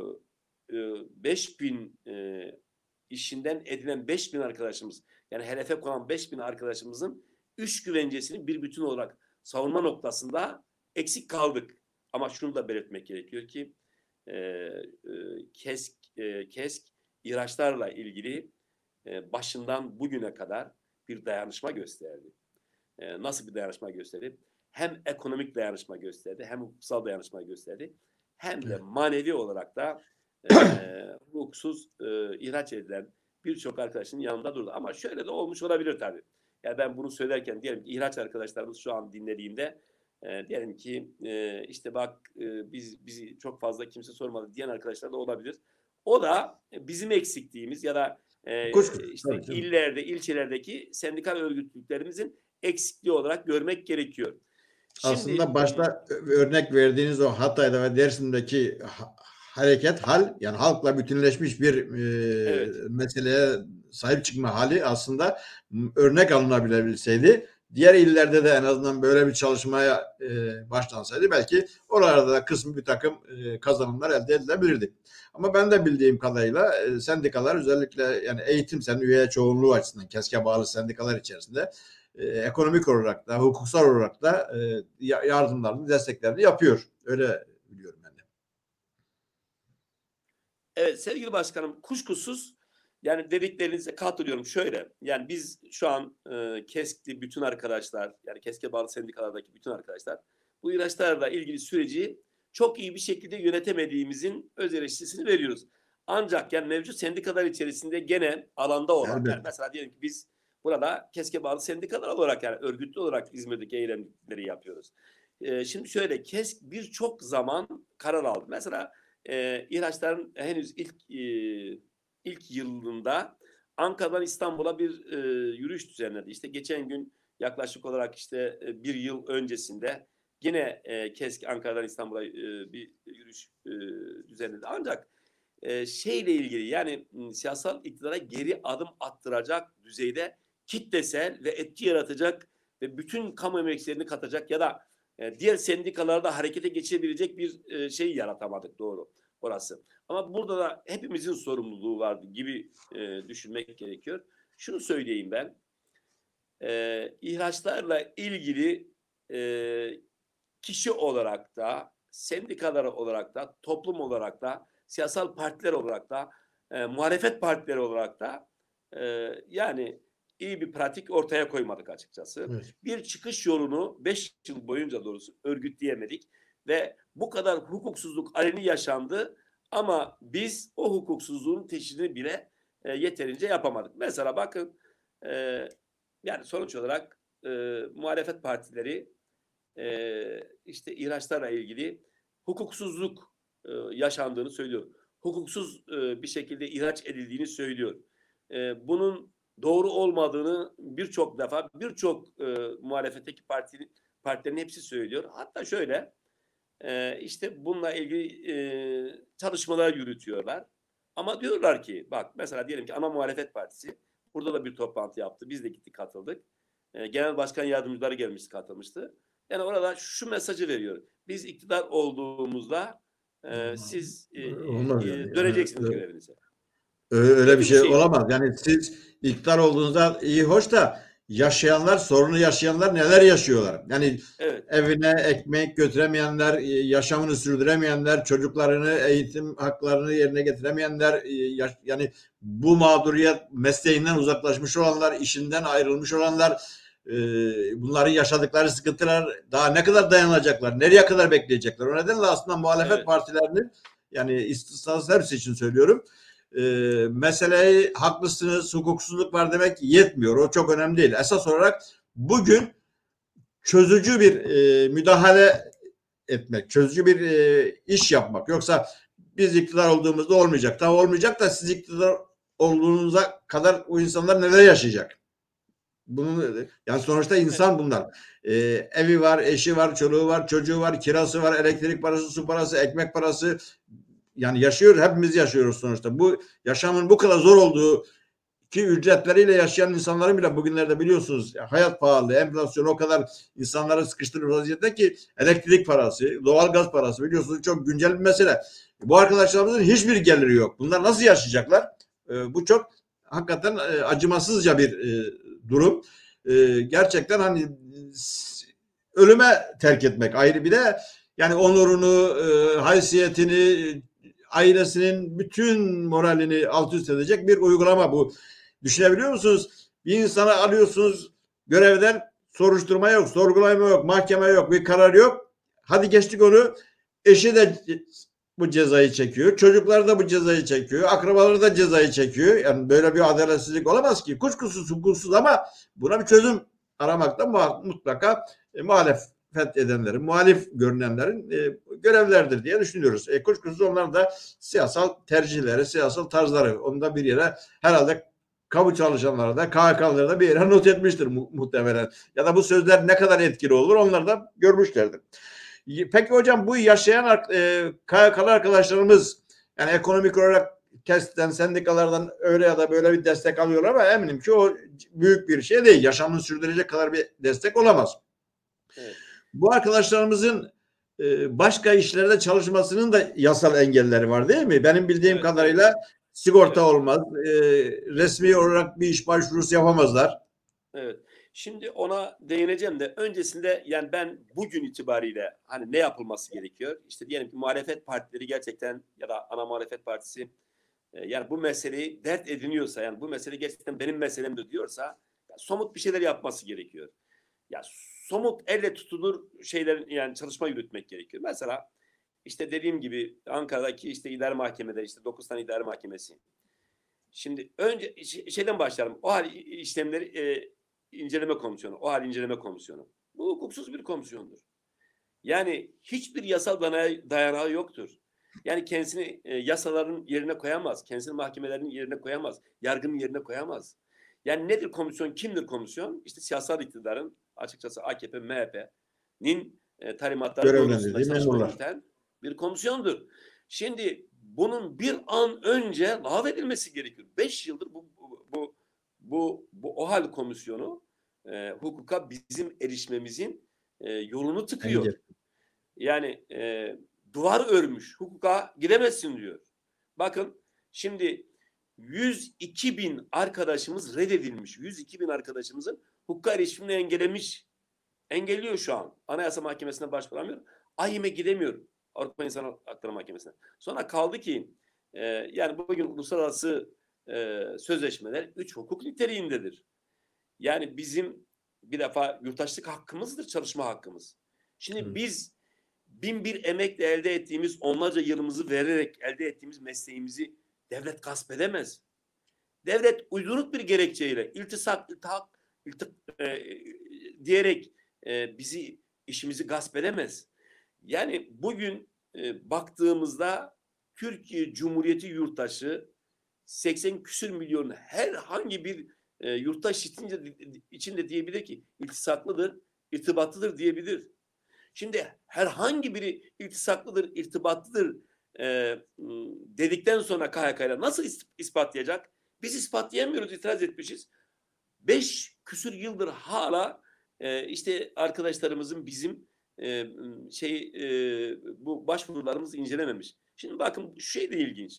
Speaker 2: 5000 işinden edilen 5000 arkadaşımız yani hedefe konan 5000 arkadaşımızın üç güvencesini bir bütün olarak savunma noktasında eksik kaldık. Ama şunu da belirtmek gerekiyor ki KESK ihraçlarla ilgili başından bugüne kadar bir dayanışma gösterdi. Nasıl bir dayanışma gösterdi? Hem ekonomik dayanışma gösterdi, hem hukuksal dayanışma gösterdi, hem de manevi olarak da hukuksuz ihraç edilen birçok arkadaşın yanında durdu. Ama şöyle de olmuş olabilir tabii. Yani ben bunu söylerken diyelim ki ihraç arkadaşlarımız şu an dinlediğinde diyelim ki işte bak bizi çok fazla kimse sormadı diyen arkadaşlar da olabilir. O da bizim eksikliğimiz ya da işte illerde, ilçelerdeki sendikal örgütlüklerimizin eksikliği olarak görmek gerekiyor.
Speaker 1: Şimdi, aslında başta örnek verdiğiniz o Hatay'da ve Dersim'deki hareket, hal, yani halkla bütünleşmiş bir evet, meseleye sahip çıkma hali aslında örnek alınabilseydi, diğer illerde de en azından böyle bir çalışmaya başlansaydı belki oralarda da kısmı bir takım kazanımlar elde edilebilirdi. Ama ben de bildiğim kadarıyla sendikalar, özellikle yani eğitim üye çoğunluğu açısından KESK'e bağlı sendikalar içerisinde ekonomik olarak da hukuksal olarak da yardımlarını, desteklerini yapıyor. Öyle biliyorum ben de.
Speaker 2: Evet sevgili başkanım, kuşkusuz yani dediklerinize katılıyorum. Şöyle, yani biz şu an KESK'li bütün arkadaşlar, yani KESK'e bağlı sendikalardaki bütün arkadaşlar bu ihraçlarla ilgili süreci çok iyi bir şekilde yönetemediğimizin öz eleştirisini veriyoruz. Ancak yani mevcut sendikalar içerisinde gene alanda olan, yani mesela diyelim ki biz burada KESK'e bağlı sendikalar olarak, yani örgütlü olarak İzmir'deki eylemleri yapıyoruz. Şimdi şöyle, KESK birçok zaman karar aldı. Mesela ihraçların henüz ilk yılında Ankara'dan İstanbul'a bir yürüyüş düzenledi. İşte geçen gün yaklaşık olarak işte bir yıl öncesinde yine KESK Ankara'dan İstanbul'a bir yürüyüş düzenledi. Ancak şeyle ilgili, yani siyasal iktidara geri adım attıracak düzeyde kitlesel ve etki yaratacak ve bütün kamu emekçilerini katacak ya da diğer sendikalarda harekete geçebilecek bir şey yaratamadık, doğru orası. Ama burada da hepimizin sorumluluğu vardı gibi düşünmek gerekiyor. Şunu söyleyeyim ben, ihraçlarla ilgili kişi olarak da, sendikalar olarak da, toplum olarak da, siyasal partiler olarak da, muhalefet partileri olarak da yani iyi bir pratik ortaya koymadık açıkçası. Evet. Bir çıkış yolunu 5 yıl boyunca doğrusu örgütleyemedik ve bu kadar hukuksuzluk aleni yaşandı ama biz o hukuksuzluğun teşhirini bile yeterince yapamadık. Mesela bakın yani sonuç olarak muhalefet partileri işte ihraçlarla ilgili hukuksuzluk yaşandığını söylüyor. Hukuksuz bir şekilde ihraç edildiğini söylüyor. Bunun doğru olmadığını birçok defa birçok muhalefetteki partilerin hepsi söylüyor. Hatta şöyle işte bununla ilgili çalışmalar yürütüyorlar. Ama diyorlar ki bak mesela diyelim ki ana muhalefet partisi burada da bir toplantı yaptı. Biz de gittik, katıldık. Genel başkan yardımcıları gelmişti, katılmıştı. Yani orada şu mesajı veriyor. Biz iktidar olduğumuzda siz döneceksiniz görevinize.
Speaker 1: Öyle bir şey olamaz. Yani siz iktidar olduğunuzda iyi hoş da yaşayanlar, sorunu yaşayanlar neler yaşıyorlar? Yani evet, evine ekmek götüremeyenler, yaşamını sürdüremeyenler, çocuklarını, eğitim haklarını yerine getiremeyenler, yani bu mağduriyet, mesleğinden uzaklaşmış olanlar, işinden ayrılmış olanlar, bunların yaşadıkları sıkıntılar daha ne kadar dayanacaklar, nereye kadar bekleyecekler? O nedenle aslında muhalefet partilerinin, yani istisnasız hepsi için söylüyorum, meseleyi haklısınız, hukuksuzluk var demek yetmiyor. O çok önemli değil. Esas olarak bugün çözücü bir müdahale etmek, çözücü bir iş yapmak. Yoksa biz iktidar olduğumuzda olmayacak. Tamam, olmayacak da siz iktidar olduğunuza kadar o insanlar neler yaşayacak? Bunun, yani sonuçta insan bunlar. Evi var, eşi var, çoluğu var, çocuğu var, kirası var, elektrik parası, su parası, ekmek parası. Yani yaşıyoruz, hepimiz yaşıyoruz sonuçta. Bu yaşamın bu kadar zor olduğu, ki ücretleriyle yaşayan insanların bile bugünlerde biliyorsunuz hayat pahalı, enflasyon o kadar insanları sıkıştırır vaziyette ki elektrik parası, doğalgaz parası biliyorsunuz çok güncel bir mesele. Bu arkadaşlarımızın hiçbir geliri yok. Bunlar nasıl yaşayacaklar? Bu çok hakikaten acımasızca bir durum. Gerçekten hani ölüme terk etmek ayrı, bir de yani onurunu, haysiyetini, ailesinin bütün moralini alt üst edecek bir uygulama bu. Düşünebiliyor musunuz? Bir insanı alıyorsunuz görevden, soruşturma yok, sorgulama yok, mahkeme yok, bir karar yok. Hadi geçtik onu. Eşi de bu cezayı çekiyor. Çocuklar da bu cezayı çekiyor. Akrabaları da cezayı çekiyor. Yani böyle bir adaletsizlik olamaz ki. Kuşkusuz, hukuksuz ama buna bir çözüm aramakta mutlaka muhalefet edenlerin, muhalif görünenlerin görevlerdir diye düşünüyoruz. Kuşkusuz onlar da siyasal tercihleri, siyasal tarzları. Onu da bir yere herhalde kamu çalışanları da, KHK'lıları da bir yere not etmiştir muhtemelen. Ya da bu sözler ne kadar etkili olur onlar da görmüşlerdir. Peki hocam bu yaşayan KHK'lı arkadaşlarımız yani ekonomik olarak KES'ten, sendikalardan öyle ya da böyle bir destek alıyorlar ama eminim ki o büyük bir şey değil. Yaşamını sürdürecek kadar bir destek olamaz.
Speaker 2: Evet.
Speaker 1: Bu arkadaşlarımızın başka işlerde çalışmasının da yasal engelleri var değil mi? Benim bildiğim kadarıyla sigorta olmaz. Resmi olarak bir iş başvurusu yapamazlar.
Speaker 2: Evet. Şimdi ona değineceğim de öncesinde yani ben bugün itibariyle hani ne yapılması gerekiyor? İşte diyelim ki muhalefet partileri gerçekten ya da ana muhalefet partisi yani bu meseleyi dert ediniyorsa yani bu mesele gerçekten benim meselemdir diyorsa somut bir şeyler yapması gerekiyor. Ya somut elle tutulur şeylerin yani çalışma yürütmek gerekiyor. Mesela işte dediğim gibi Ankara'daki işte idare mahkemeleri işte 9 tane idare mahkemesi. Şimdi önce şeyden başlayalım. O hal işlemleri inceleme komisyonu, o hal inceleme komisyonu. Bu hukuksuz bir komisyondur. Yani hiçbir yasal dayanağı yoktur. Yani kendisini yasaların yerine koyamaz. Kendisini mahkemelerin yerine koyamaz. Yargının yerine koyamaz. Yani nedir komisyon? Kimdir komisyon? İşte siyasal iktidarın açıkçası AKP, MHP'nin talimatları doğrultusunda çalışma yürüten bir komisyondur. Şimdi bunun bir an önce lağvedilmesi gerekiyor. 5 yıldır bu OHAL komisyonu hukuka bizim erişmemizin yolunu tıkıyor. Yani duvar örmüş. Hukuka giremezsin diyor. Bakın şimdi 102 bin arkadaşımız reddedilmiş. 102 bin arkadaşımızın hukuka erişimini engellemiş. Engelliyor şu an. Anayasa Mahkemesi'ne başvuramıyor. AİHM'e gidemiyor. Avrupa İnsan Hakları Mahkemesi'ne. Sonra kaldı ki yani bugün uluslararası sözleşmeler 3 hukuk niteliğindedir. Yani bizim bir defa yurttaşlık hakkımızdır, çalışma hakkımız. Şimdi biz bin bir emekle elde ettiğimiz, onlarca yılımızı vererek elde ettiğimiz mesleğimizi devlet gasp edemez. Devlet uyduruk bir gerekçeyle iltisak diyerek bizi işimizi gasp edemez. Yani bugün baktığımızda Türkiye Cumhuriyeti yurttaşı 80 küsür milyon herhangi bir yurttaş içinde diyebilir ki iltisaklıdır, irtibatlıdır diyebilir. Şimdi herhangi biri iltisaklıdır, irtibatlıdır dedikten sonra KHK'yla nasıl ispatlayacak? Biz ispatlayamıyoruz, itiraz etmişiz. 5 küsür yıldır hala işte arkadaşlarımızın bizim bu başvurularımız incelememiş. Şimdi bakın şu şey de ilginç.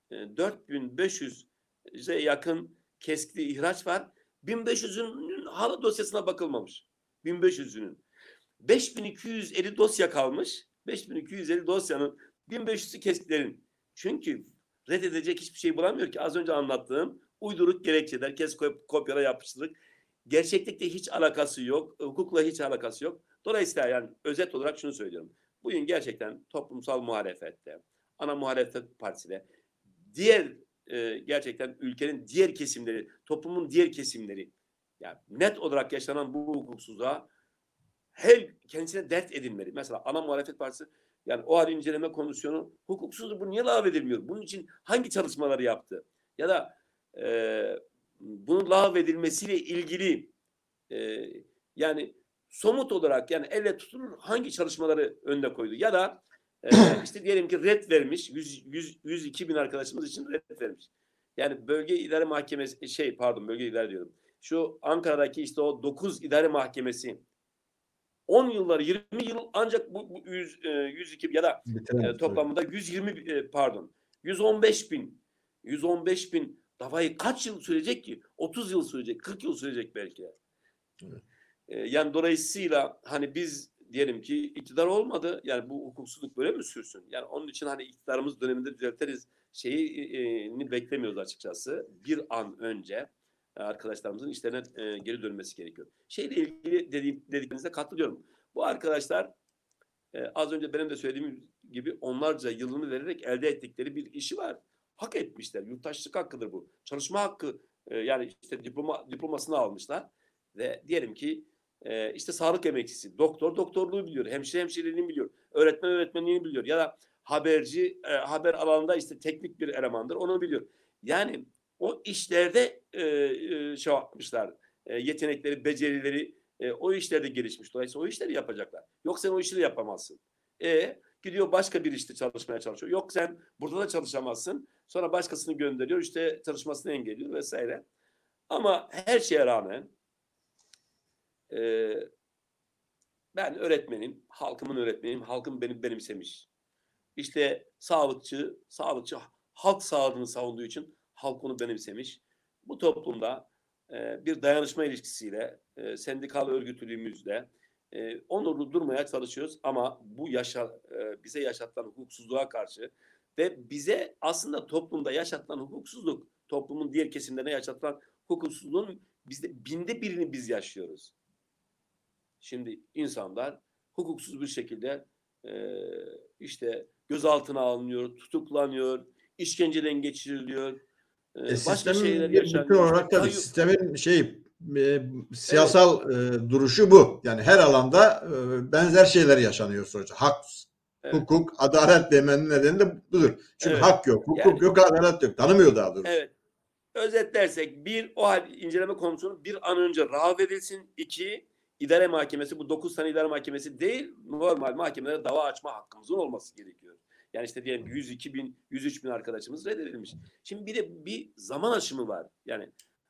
Speaker 2: 4500'e yakın KESK'li ihraç var. 1500'ünün hala dosyasına bakılmamış. 1500'ünün. 5250 dosya kalmış. 5250 dosyanın 1500'ü KESK'lerin. Çünkü reddedecek hiçbir şey bulamıyor ki. Az önce anlattığım uyduruk gerekçeler, kopyala yapıştırdık. Gerçeklikle hiç alakası yok. Hukukla hiç alakası yok. Dolayısıyla yani özet olarak şunu söylüyorum. Bugün gerçekten toplumsal muhalefette, ana muhalefet partisiyle diğer gerçekten ülkenin diğer kesimleri, toplumun diğer kesimleri yani net olarak yaşanan bu hukuksuzluğa kendisine dert edinmeli. Mesela ana muhalefet partisi yani o hal inceleme komisyonu hukuksuzdur. Bu niye lağvedilmiyor? Bunun için hangi çalışmaları yaptı? Ya da bunun lağvedilmesiyle ilgili yani somut olarak yani elle tutulur hangi çalışmaları önde koydu? Ya da işte diyelim ki red vermiş 102 bin arkadaşımız için red vermiş. Yani bölge idare mahkemesi bölge idare diyorum. Şu Ankara'daki işte o 9 idare mahkemesi 10 yıllar 20 yıl ancak bu 102 ya da toplamında 115 bin davayı kaç yıl sürecek ki? 30 yıl sürecek, 40 yıl sürecek belki. Evet. Yani dolayısıyla hani biz diyelim ki iktidar olmadı. Yani bu hukuksuzluk böyle mi sürsün? Yani onun için hani iktidarımız döneminde düzelteriz şeyini beklemiyoruz açıkçası. Bir an önce arkadaşlarımızın işlerine geri dönmesi gerekiyor. Şeyle ilgili dediklerinize katılıyorum. Bu arkadaşlar az önce benim de söylediğim gibi onlarca yılını vererek elde ettikleri bir işi var. Hak etmişler. Yurttaşlık hakkıdır bu. Çalışma hakkı yani işte diplomasını almışlar ve diyelim ki işte sağlık emekçisi, doktor doktorluğu biliyor, hemşire hemşireliğini biliyor, öğretmen öğretmenliğini biliyor ya da haberci haber alanında işte teknik bir elemandır, onu biliyor. Yani o işlerde şey yapmışlar, yetenekleri, becerileri o işlerde gelişmiş. Dolayısıyla o işleri yapacaklar. Yok sen o işleri yapamazsın. Gidiyor başka bir işte çalışmaya çalışıyor. Yok sen burada da çalışamazsın. Sonra başkasını gönderiyor, işte çalışmasını engelliyor vesaire. Ama her şeye rağmen ben öğretmenim, halkımın öğretmeniyim, halkım beni benimsemiş. İşte sağlıkçı halk sağlığını savunduğu için halk onu benimsemiş. Bu toplumda bir dayanışma ilişkisiyle, sendikal örgütlülüğümüzle onurlu durmaya çalışıyoruz. Ama bu bize yaşatılan hukuksuzluğa karşı ve bize aslında toplumda yaşatılan hukuksuzluk, toplumun diğer kesimlerine yaşatılan hukuksuzluğun bizde binde birini biz yaşıyoruz. Şimdi insanlar hukuksuz bir şekilde işte gözaltına alınıyor, tutuklanıyor, işkenceden geçiriliyor, başka şeyler
Speaker 1: Sistemin bir bütün
Speaker 2: yaşanıyor.
Speaker 1: olarak tabii sistemin siyasal duruşu bu. Yani her alanda benzer şeyler yaşanıyor sonuçta. Hak,
Speaker 2: Evet.
Speaker 1: hukuk, adalet demenin nedeni de budur. Çünkü
Speaker 2: Evet.
Speaker 1: hak yok, hukuk
Speaker 2: Yani,
Speaker 1: yok, adalet yok. Tanımıyor daha doğrusu.
Speaker 2: evet. Özetlersek o inceleme komisyonu bir an önce rağv edilsin. 2, idare mahkemesi, bu 9 tane idare mahkemesi değil, normal mahkemelere dava açma hakkımızın olması gerekiyor. Yani işte diyelim 102 bin, 103 bin arkadaşımız reddedilmiş. Şimdi bir de bir zaman aşımı var. Yani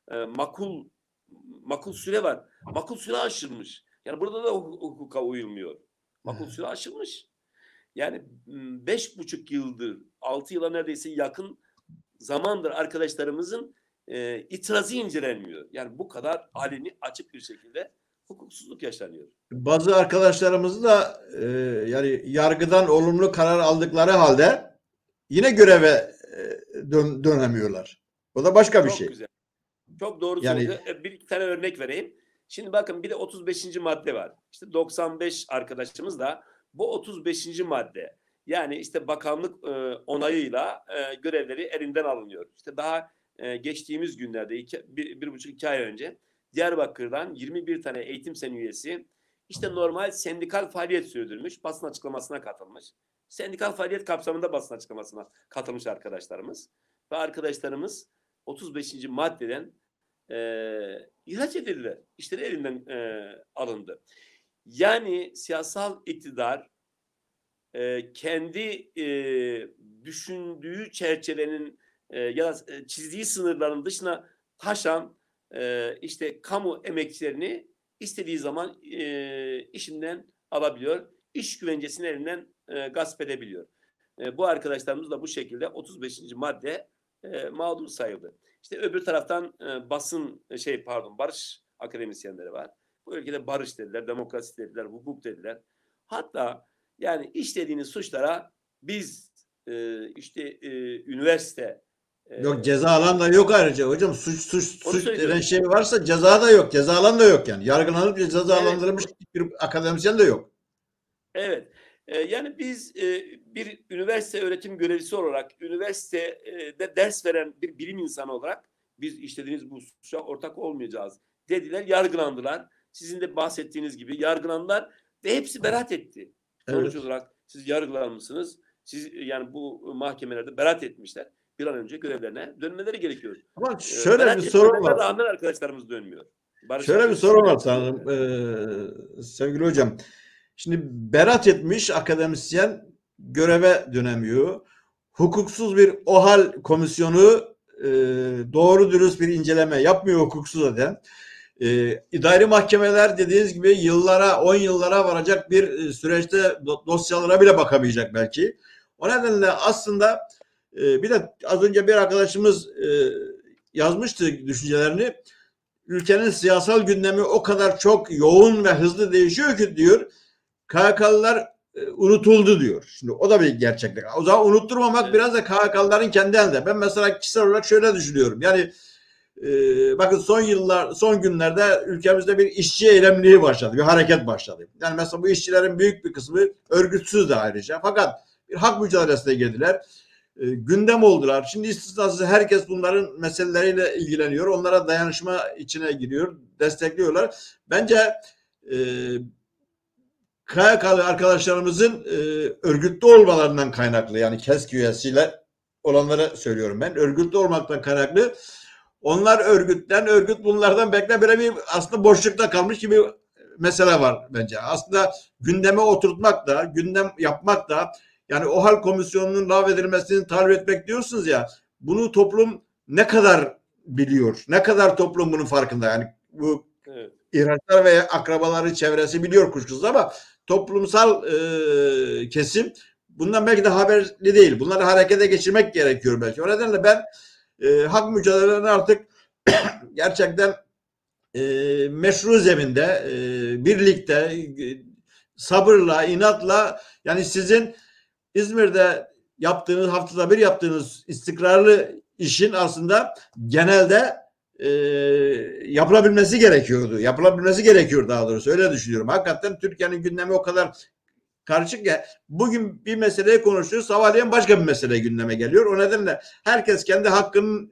Speaker 2: makul süre var. Makul süre aşılmış. Yani burada da hukuka uyulmuyor. Makul süre aşılmış. Yani 5,5 yıldır, 6 yıla neredeyse yakın zamandır arkadaşlarımızın itirazı incelenmiyor. Yani bu kadar aleni, açık bir şekilde hukuksuzluk yaşanıyor.
Speaker 1: Bazı arkadaşlarımız da yani yargıdan olumlu karar aldıkları halde yine göreve dönemiyorlar. O da başka bir
Speaker 2: Çok
Speaker 1: şey.
Speaker 2: güzel. Çok doğru
Speaker 1: Yani
Speaker 2: söyledi. Bir iki tane örnek vereyim. Şimdi bakın bir de 35. madde var. İşte 95 arkadaşımız da bu 35. madde. Yani işte bakanlık onayıyla görevleri elinden alınıyor. İşte daha geçtiğimiz günlerde 1,5-2 ay önce Diyarbakır'dan 21 tane eğitim sen üyesi işte normal sendikal faaliyet sürdürmüş. Basın açıklamasına katılmış. Sendikal faaliyet kapsamında basın açıklamasına katılmış arkadaşlarımız. Ve arkadaşlarımız 35. maddeden ihraç edildiler. İşleri elinden alındı. Yani siyasal iktidar kendi düşündüğü çerçevenin ya da çizdiği sınırların dışına taşan işte kamu emekçilerini istediği zaman işinden alabiliyor. İş güvencesini elinden gasp edebiliyor. Bu arkadaşlarımız da bu şekilde 35. madde mağdur sayıldı. İşte öbür taraftan barış akademisyenleri var. Bu ülkede barış dediler, demokrasi dediler, hukuk dediler. Hatta yani işlediğiniz suçlara biz üniversite
Speaker 1: yok ceza alan da yok ayrıca hocam. Suç denen
Speaker 2: söylüyorum.
Speaker 1: şey varsa ceza da yok. Ceza alan da yok yani. Yargılanıp cezalandırılmış bir akademisyen de yok.
Speaker 2: Evet. Yani biz bir üniversite öğretim görevlisi olarak, üniversitede ders veren bir bilim insanı olarak biz işlediğiniz bu suça ortak olmayacağız dediler, yargılandılar. Sizin de bahsettiğiniz gibi yargılandılar ve hepsi beraat etti. Sonuç olarak siz yargılanmışsınız. Siz yani bu mahkemelerde beraat etmişler. Bir an önce görevlerine dönmeleri gerekiyor.
Speaker 1: Ama şöyle bir sorun var.
Speaker 2: Rağmen arkadaşlarımız dönmüyor.
Speaker 1: Şöyle bir sorun var sanırım sevgili hocam. Şimdi beraat etmiş akademisyen göreve dönemiyor. Hukuksuz bir OHAL komisyonu doğru dürüst bir inceleme yapmıyor hukuksuz eden. İdari mahkemeler dediğiniz gibi yıllara, 10 yıllara varacak bir süreçte dosyalara bile bakamayacak belki. O nedenle aslında bir de az önce bir arkadaşımız yazmıştı düşüncelerini. Ülkenin siyasal gündemi o kadar çok yoğun ve hızlı değişiyor ki diyor. KHK'lılar unutuldu diyor. Şimdi o da bir gerçeklik. O zaman unutturmamak
Speaker 2: Evet.
Speaker 1: biraz da KHK'lıların kendi elinde. Ben mesela kişisel olarak şöyle düşünüyorum. Yani bakın son günlerde ülkemizde bir işçi eylemliği başladı. Bir hareket başladı. Yani mesela bu işçilerin büyük bir kısmı örgütsüz de ayrıca. Fakat bir hak mücadelesine girdiler. Gündem oldular. Şimdi istisnasız herkes bunların meseleleriyle ilgileniyor. Onlara dayanışma içine giriyor. Destekliyorlar. Bence KYK'lı arkadaşlarımızın örgütlü olmalarından kaynaklı, yani KESK üyesiyle olanları söylüyorum ben. Örgütlü olmaktan kaynaklı. Onlar örgüt bunlardan bekle, böyle bir aslında boşlukta kalmış gibi mesele var bence. Aslında gündeme oturtmak da, gündem yapmak da, yani OHAL komisyonunun lağvedilmesini talep etmek diyorsunuz ya, bunu toplum ne kadar biliyor? Ne kadar toplum bunun farkında? Yani bu
Speaker 2: Evet.
Speaker 1: ihraçlar veya akrabaları, çevresi biliyor kuşkusuz, ama toplumsal kesim bundan belki de haberli değil. Bunları harekete geçirmek gerekiyor belki. O nedenle ben hak mücadelelerini artık gerçekten meşru zeminde, birlikte, sabırla, inatla, yani sizin İzmir'de yaptığınız, haftada bir yaptığınız istikrarlı işin aslında genelde yapılabilmesi gerekiyordu. Yapılabilmesi gerekiyor daha doğrusu. Öyle düşünüyorum. Hakikaten Türkiye'nin gündemi o kadar karışık ya. Bugün bir meseleyi konuşuyoruz. Sabahleyin başka bir mesele gündeme geliyor. O nedenle herkes kendi hakkının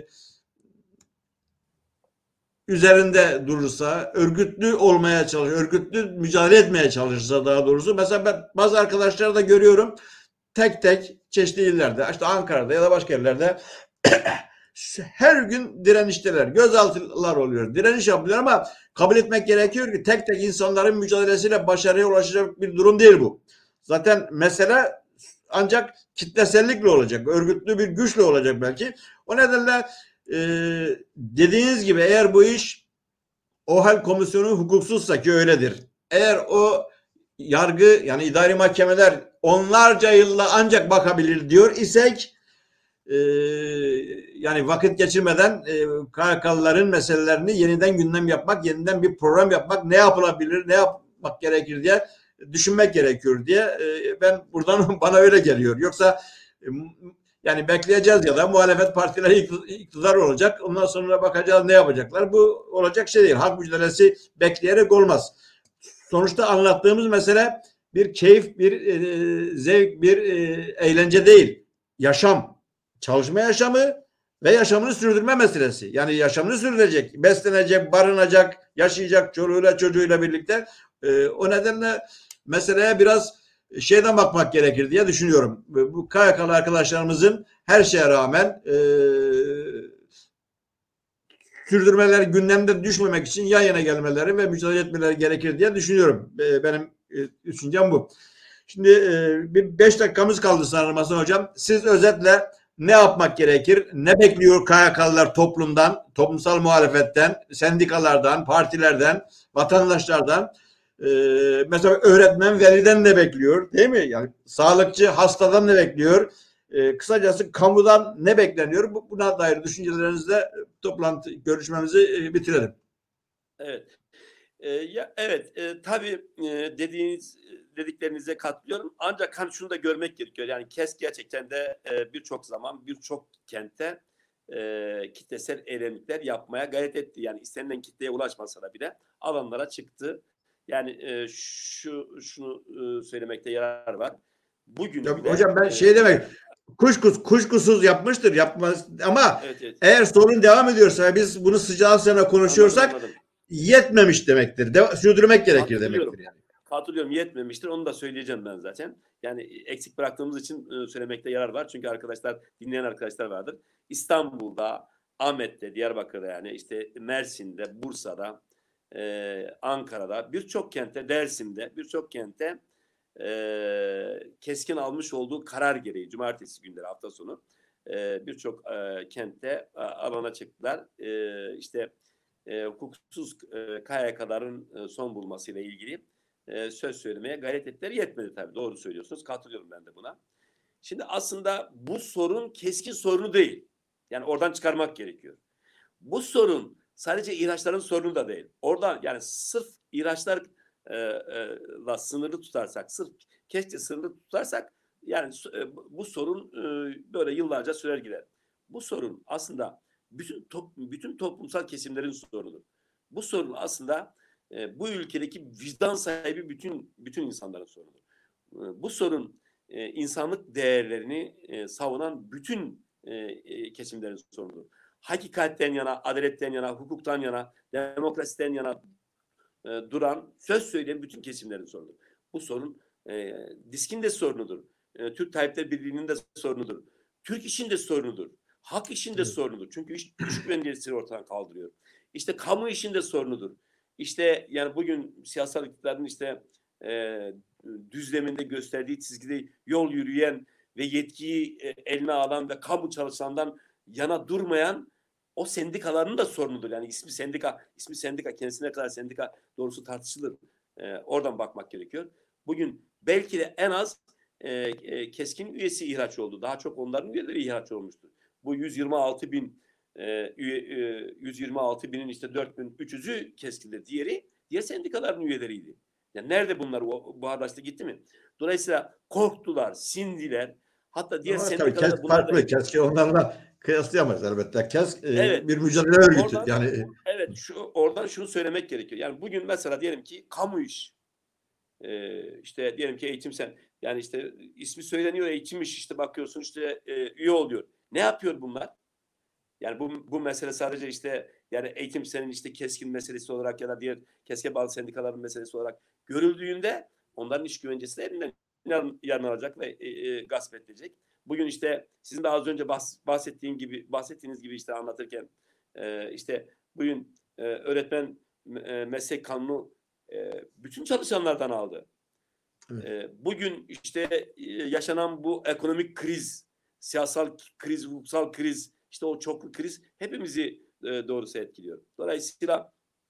Speaker 1: üzerinde durursa, örgütlü olmaya çalışır, örgütlü mücadele etmeye çalışırsa daha doğrusu. Mesela ben bazı arkadaşlar da görüyorum, tek tek çeşitli illerde, işte Ankara'da ya da başka yerlerde her gün direnişteler. Gözaltılar oluyor. Direniş yapıyorlar, ama kabul etmek gerekiyor ki tek tek insanların mücadelesiyle başarıya ulaşacak bir durum değil bu. Zaten mesele ancak kitlesellikle olacak. Örgütlü bir güçle olacak belki. O nedenle dediğiniz gibi, eğer bu iş OHAL komisyonu hukuksuzsa, ki öyledir, eğer o yargı, yani idari mahkemeler onlarca yılla ancak bakabilir diyor isek, yani vakit geçirmeden KHK'lıların meselelerini yeniden gündem yapmak, yeniden bir program yapmak, ne yapılabilir, ne yapmak gerekir diye düşünmek gerekiyor diye ben buradan bana öyle geliyor. Yoksa yani bekleyeceğiz ya da muhalefet partileri iktidar olacak. Ondan sonra bakacağız ne yapacaklar. Bu olacak şey değil. Hak mücadelesi bekleyerek olmaz. Sonuçta anlattığımız mesele bir keyif, bir zevk, bir eğlence değil. Yaşam. Çalışma yaşamı ve yaşamını sürdürme meselesi. Yani yaşamını sürdürecek, beslenecek, barınacak, yaşayacak çoluğuyla çocuğuyla birlikte. O nedenle meseleye biraz şeyden bakmak gerekir diye düşünüyorum. Bu KYK'lı arkadaşlarımızın her şeye rağmen sürdürmeleri, gündemde düşmemek için yan yana gelmeleri ve mücadele etmeleri gerekir diye düşünüyorum. Benim düşüncem bu. Şimdi bir 5 dakikamız kaldı sanırım Hasan Hocam. Siz özetle ne yapmak gerekir? Ne bekliyor KYK'lılar toplumdan, toplumsal muhalefetten, sendikalardan, partilerden, vatandaşlardan? Mesela öğretmen veliden ne bekliyor? Değil mi? Yani sağlıkçı hastadan ne bekliyor? Kısacası kamudan ne bekleniyor? Buna dair düşüncelerinizle görüşmemizi bitirelim.
Speaker 2: Evet. Tabii dediklerinize katılıyorum. Ancak hani şunu da görmek gerekiyor. Yani KESK gerçekten de birçok zaman birçok kente kitlesel eylemlikler yapmaya gayret etti. Yani istenilen kitleye ulaşmasa da bile alanlara çıktı. Yani şunu söylemekte yarar var. Bugün
Speaker 1: Ya,
Speaker 2: bile
Speaker 1: hocam ben şey demek, kuşkusuz yapmıştır, yapmaz, ama
Speaker 2: evet.
Speaker 1: eğer sorun devam ediyorsa, biz bunu sıcağı sıcağına konuşuyorsak
Speaker 2: Anladım.
Speaker 1: yetmemiş demektir. Sürdürmek gerekir
Speaker 2: Katılıyorum.
Speaker 1: demektir yani.
Speaker 2: Katılıyorum. Yetmemiştir. Onu da söyleyeceğim ben zaten. Yani eksik bıraktığımız için söylemekte yarar var. Çünkü arkadaşlar, dinleyen arkadaşlar vardır. İstanbul'da, Ahmet'te, Diyarbakır'da, yani işte Mersin'de, Bursa'da, Ankara'da, birçok kente, Dersim'de, birçok kente KESK'in almış olduğu karar gereği cumartesi günleri, hafta sonu birçok kentte alana çıktılar. İşte hukuksuz KYK'ların son bulmasıyla ilgili söz söylemeye gayret ettiler. Yetmedi tabii. Doğru söylüyorsunuz. Katılıyorum ben de buna. Şimdi aslında bu sorun KESK'in sorunu değil. Yani oradan çıkarmak gerekiyor. Bu sorun sadece ihraçların sorunu da değil. Oradan, yani sırf ihraçlar sınırlı tutarsak, sırf keşke sınırlı tutarsak yani bu sorun böyle yıllarca sürer gider. Bu sorun aslında bütün toplumsal kesimlerin sorunudur. Bu sorun aslında bu ülkedeki vicdan sahibi bütün insanların sorunudur. Bu sorun insanlık değerlerini savunan bütün kesimlerin sorunudur. Hakikatten yana, adaletten yana, hukuktan yana, demokrasiden yana duran, söz söyleyen bütün kesimlerin sorunudur. Bu sorun DİSK'in de sorunudur. Türk Tabipler Birliği'nin de sorunudur. Türk İş'in de sorunudur. Hak işin de sorunudur. Çünkü iş güvencesini ortadan kaldırıyor. İşte kamu işin de sorunudur. İşte yani bugün siyasal iktidarın işte düzleminde gösterdiği çizgide yol yürüyen ve yetkiyi eline alan ve kamu çalışandan yana durmayan o sendikaların da sorunudur. Yani ismi sendika kendisine kadar sendika doğrusu tartışılır. Oradan bakmak gerekiyor. Bugün belki de en az KESK'in üyesi ihraç oldu. Daha çok onların üyeleri ihraç olmuştur. Bu 126 binin işte 4.300'ü KESK'inde. Diğer sendikaların üyeleriydi. Yani nerede bunlar buharlaştı gitti mi? Dolayısıyla korktular, sindiler. Hatta diğer sendikalar
Speaker 1: KESK farklı. KESK'i onlarla kıyaslayamayız elbette. KESK
Speaker 2: evet,
Speaker 1: bir mücadele örgütü.
Speaker 2: Evet, oradan şunu söylemek gerekiyor. Yani bugün mesela diyelim ki kamu iş, işte diyelim ki Eğitim Sen, yani işte ismi söyleniyor Eğitim İş, işte bakıyorsun işte üye oluyor. Ne yapıyor bunlar? Yani bu mesele sadece işte yani Eğitim Sen'in işte KESK'in meselesi olarak ya da diğer KESK'e bağlı sendikaların meselesi olarak görüldüğünde onların iş güvencesi de elinden yarınlanacak ve gasp edilecek. Bugün işte sizin de az önce bahsettiğiniz gibi işte anlatırken işte bugün öğretmen meslek kanunu bütün çalışanlardan aldı.
Speaker 1: Evet.
Speaker 2: Bugün işte yaşanan bu ekonomik kriz, siyasal kriz, hukuksal kriz, işte o çoklu kriz hepimizi doğrusu etkiliyor. Dolayısıyla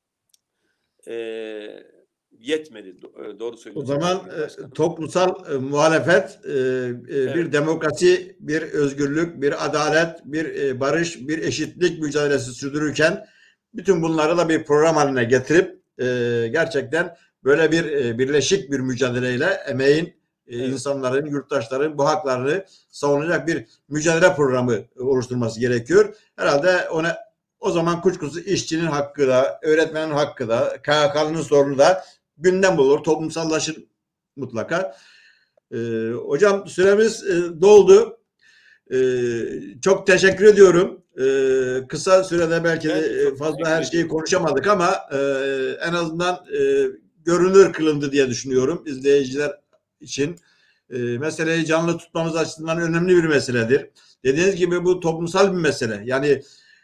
Speaker 2: yetmedi. Doğru söylüyorsunuz.
Speaker 1: O zaman toplumsal muhalefet
Speaker 2: Evet.
Speaker 1: bir demokrasi, bir özgürlük, bir adalet, bir barış, bir eşitlik mücadelesi sürdürürken bütün bunları da bir program haline getirip gerçekten böyle bir birleşik bir mücadeleyle emeğin,
Speaker 2: Evet.
Speaker 1: insanların, yurttaşların bu haklarını savunacak bir mücadele programı oluşturması gerekiyor. Herhalde o zaman kuşkusuz işçinin hakkı da, öğretmenin hakkı da, KHK'nın sorunu da gündem bulur, toplumsallaşır mutlaka. Hocam süremiz doldu. Çok teşekkür ediyorum. Kısa sürede belki de fazla her şeyi konuşamadık ama en azından görünür kılındı diye düşünüyorum izleyiciler için. Meseleyi canlı tutmamız açısından önemli bir meseledir. Dediğiniz gibi bu toplumsal bir mesele. Yani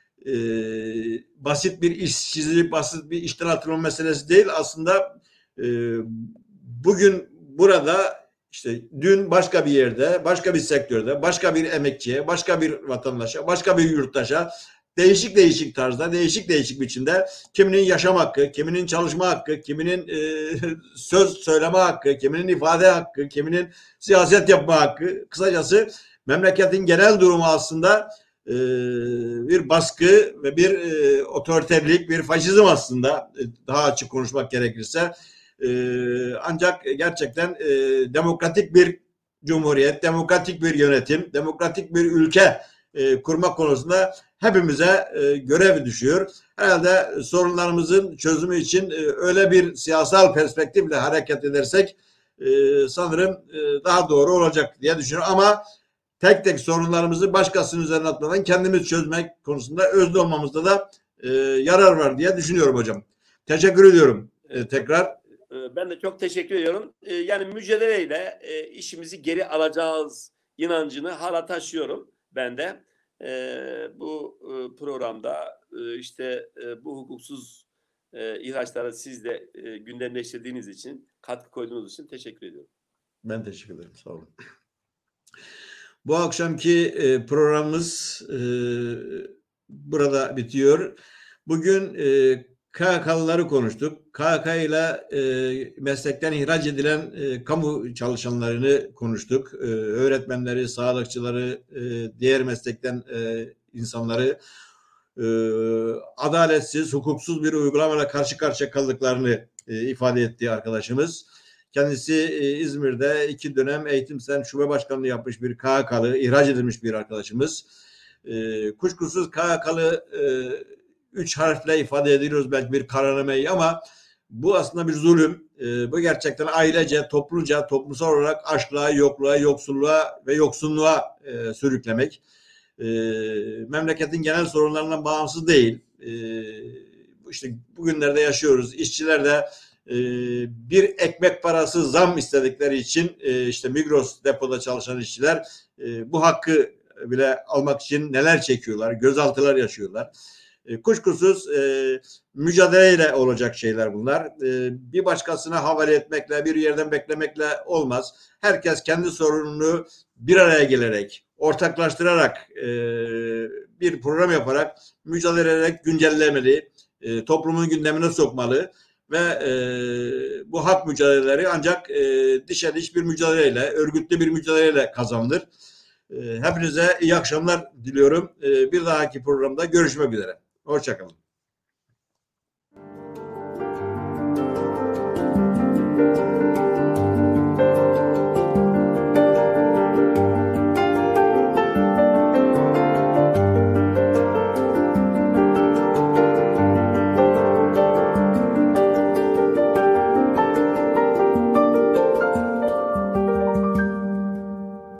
Speaker 1: basit bir işsizlik, basit bir işten atılma meselesi değil. Aslında bugün burada işte dün başka bir yerde, başka bir sektörde, başka bir emekçiye, başka bir vatandaşa, başka bir yurttaşa değişik tarzda, değişik biçimde kiminin yaşam hakkı, kiminin çalışma hakkı, kiminin söz söyleme hakkı, kiminin ifade hakkı, kiminin siyaset yapma hakkı. Kısacası memleketin genel durumu aslında bir baskı ve bir otoriterlik, bir faşizm aslında daha açık konuşmak gerekirse. Ancak gerçekten demokratik bir cumhuriyet, demokratik bir yönetim, demokratik bir ülke kurmak konusunda hepimize görev düşüyor. Herhalde sorunlarımızın çözümü için öyle bir siyasal perspektifle hareket edersek sanırım daha doğru olacak diye düşünüyorum. Ama tek sorunlarımızı başkasının üzerine atmadan kendimiz çözmek konusunda özlü olmamızda da yarar var diye düşünüyorum hocam. Teşekkür ediyorum tekrar.
Speaker 2: Ben de çok teşekkür ediyorum. Yani mücadeleyle işimizi geri alacağız inancını hala taşıyorum ben de. Bu programda işte bu hukuksuz ihraçları siz de gündemleştirdiğiniz için, katkı koyduğunuz için teşekkür ediyorum.
Speaker 1: Ben teşekkür ederim. Sağ olun. Bu akşamki programımız burada bitiyor. Bugün KHK'lıları konuştuk. KHK ile meslekten ihraç edilen kamu çalışanlarını konuştuk. Öğretmenleri, sağlıkçıları, diğer meslekten insanları adaletsiz, hukuksuz bir uygulamayla karşı karşıya kaldıklarını ifade ettiği arkadaşımız. Kendisi İzmir'de 2 dönem Eğitim Sen Şube Başkanlığı yapmış bir KHK'lı, ihraç edilmiş bir arkadaşımız. Kuşkusuz KHK'lı 3 harfle ifade ediyoruz belki bir kararnameyi ama bu aslında bir zulüm. Bu gerçekten ailece, topluca, toplumsal olarak açlığa, yokluğa, yoksulluğa ve yoksunluğa sürüklemek. Memleketin genel sorunlarından bağımsız değil. İşte bugünlerde yaşıyoruz. İşçiler de bir ekmek parası zam istedikleri için işte Migros depoda çalışan işçiler bu hakkı bile almak için neler çekiyorlar, gözaltılar yaşıyorlar. Kuşkusuz mücadeleyle olacak şeyler bunlar. Bir başkasına havale etmekle, bir yerden beklemekle olmaz. Herkes kendi sorununu bir araya gelerek, ortaklaştırarak, bir program yaparak, mücadele ederek güncellemeli, toplumun gündemine sokmalı ve bu hak mücadeleleri ancak dişe diş bir mücadeleyle, örgütlü bir mücadeleyle kazanılır. Hepinize iyi akşamlar diliyorum. Bir dahaki programda görüşmek üzere. Hoşçakalın.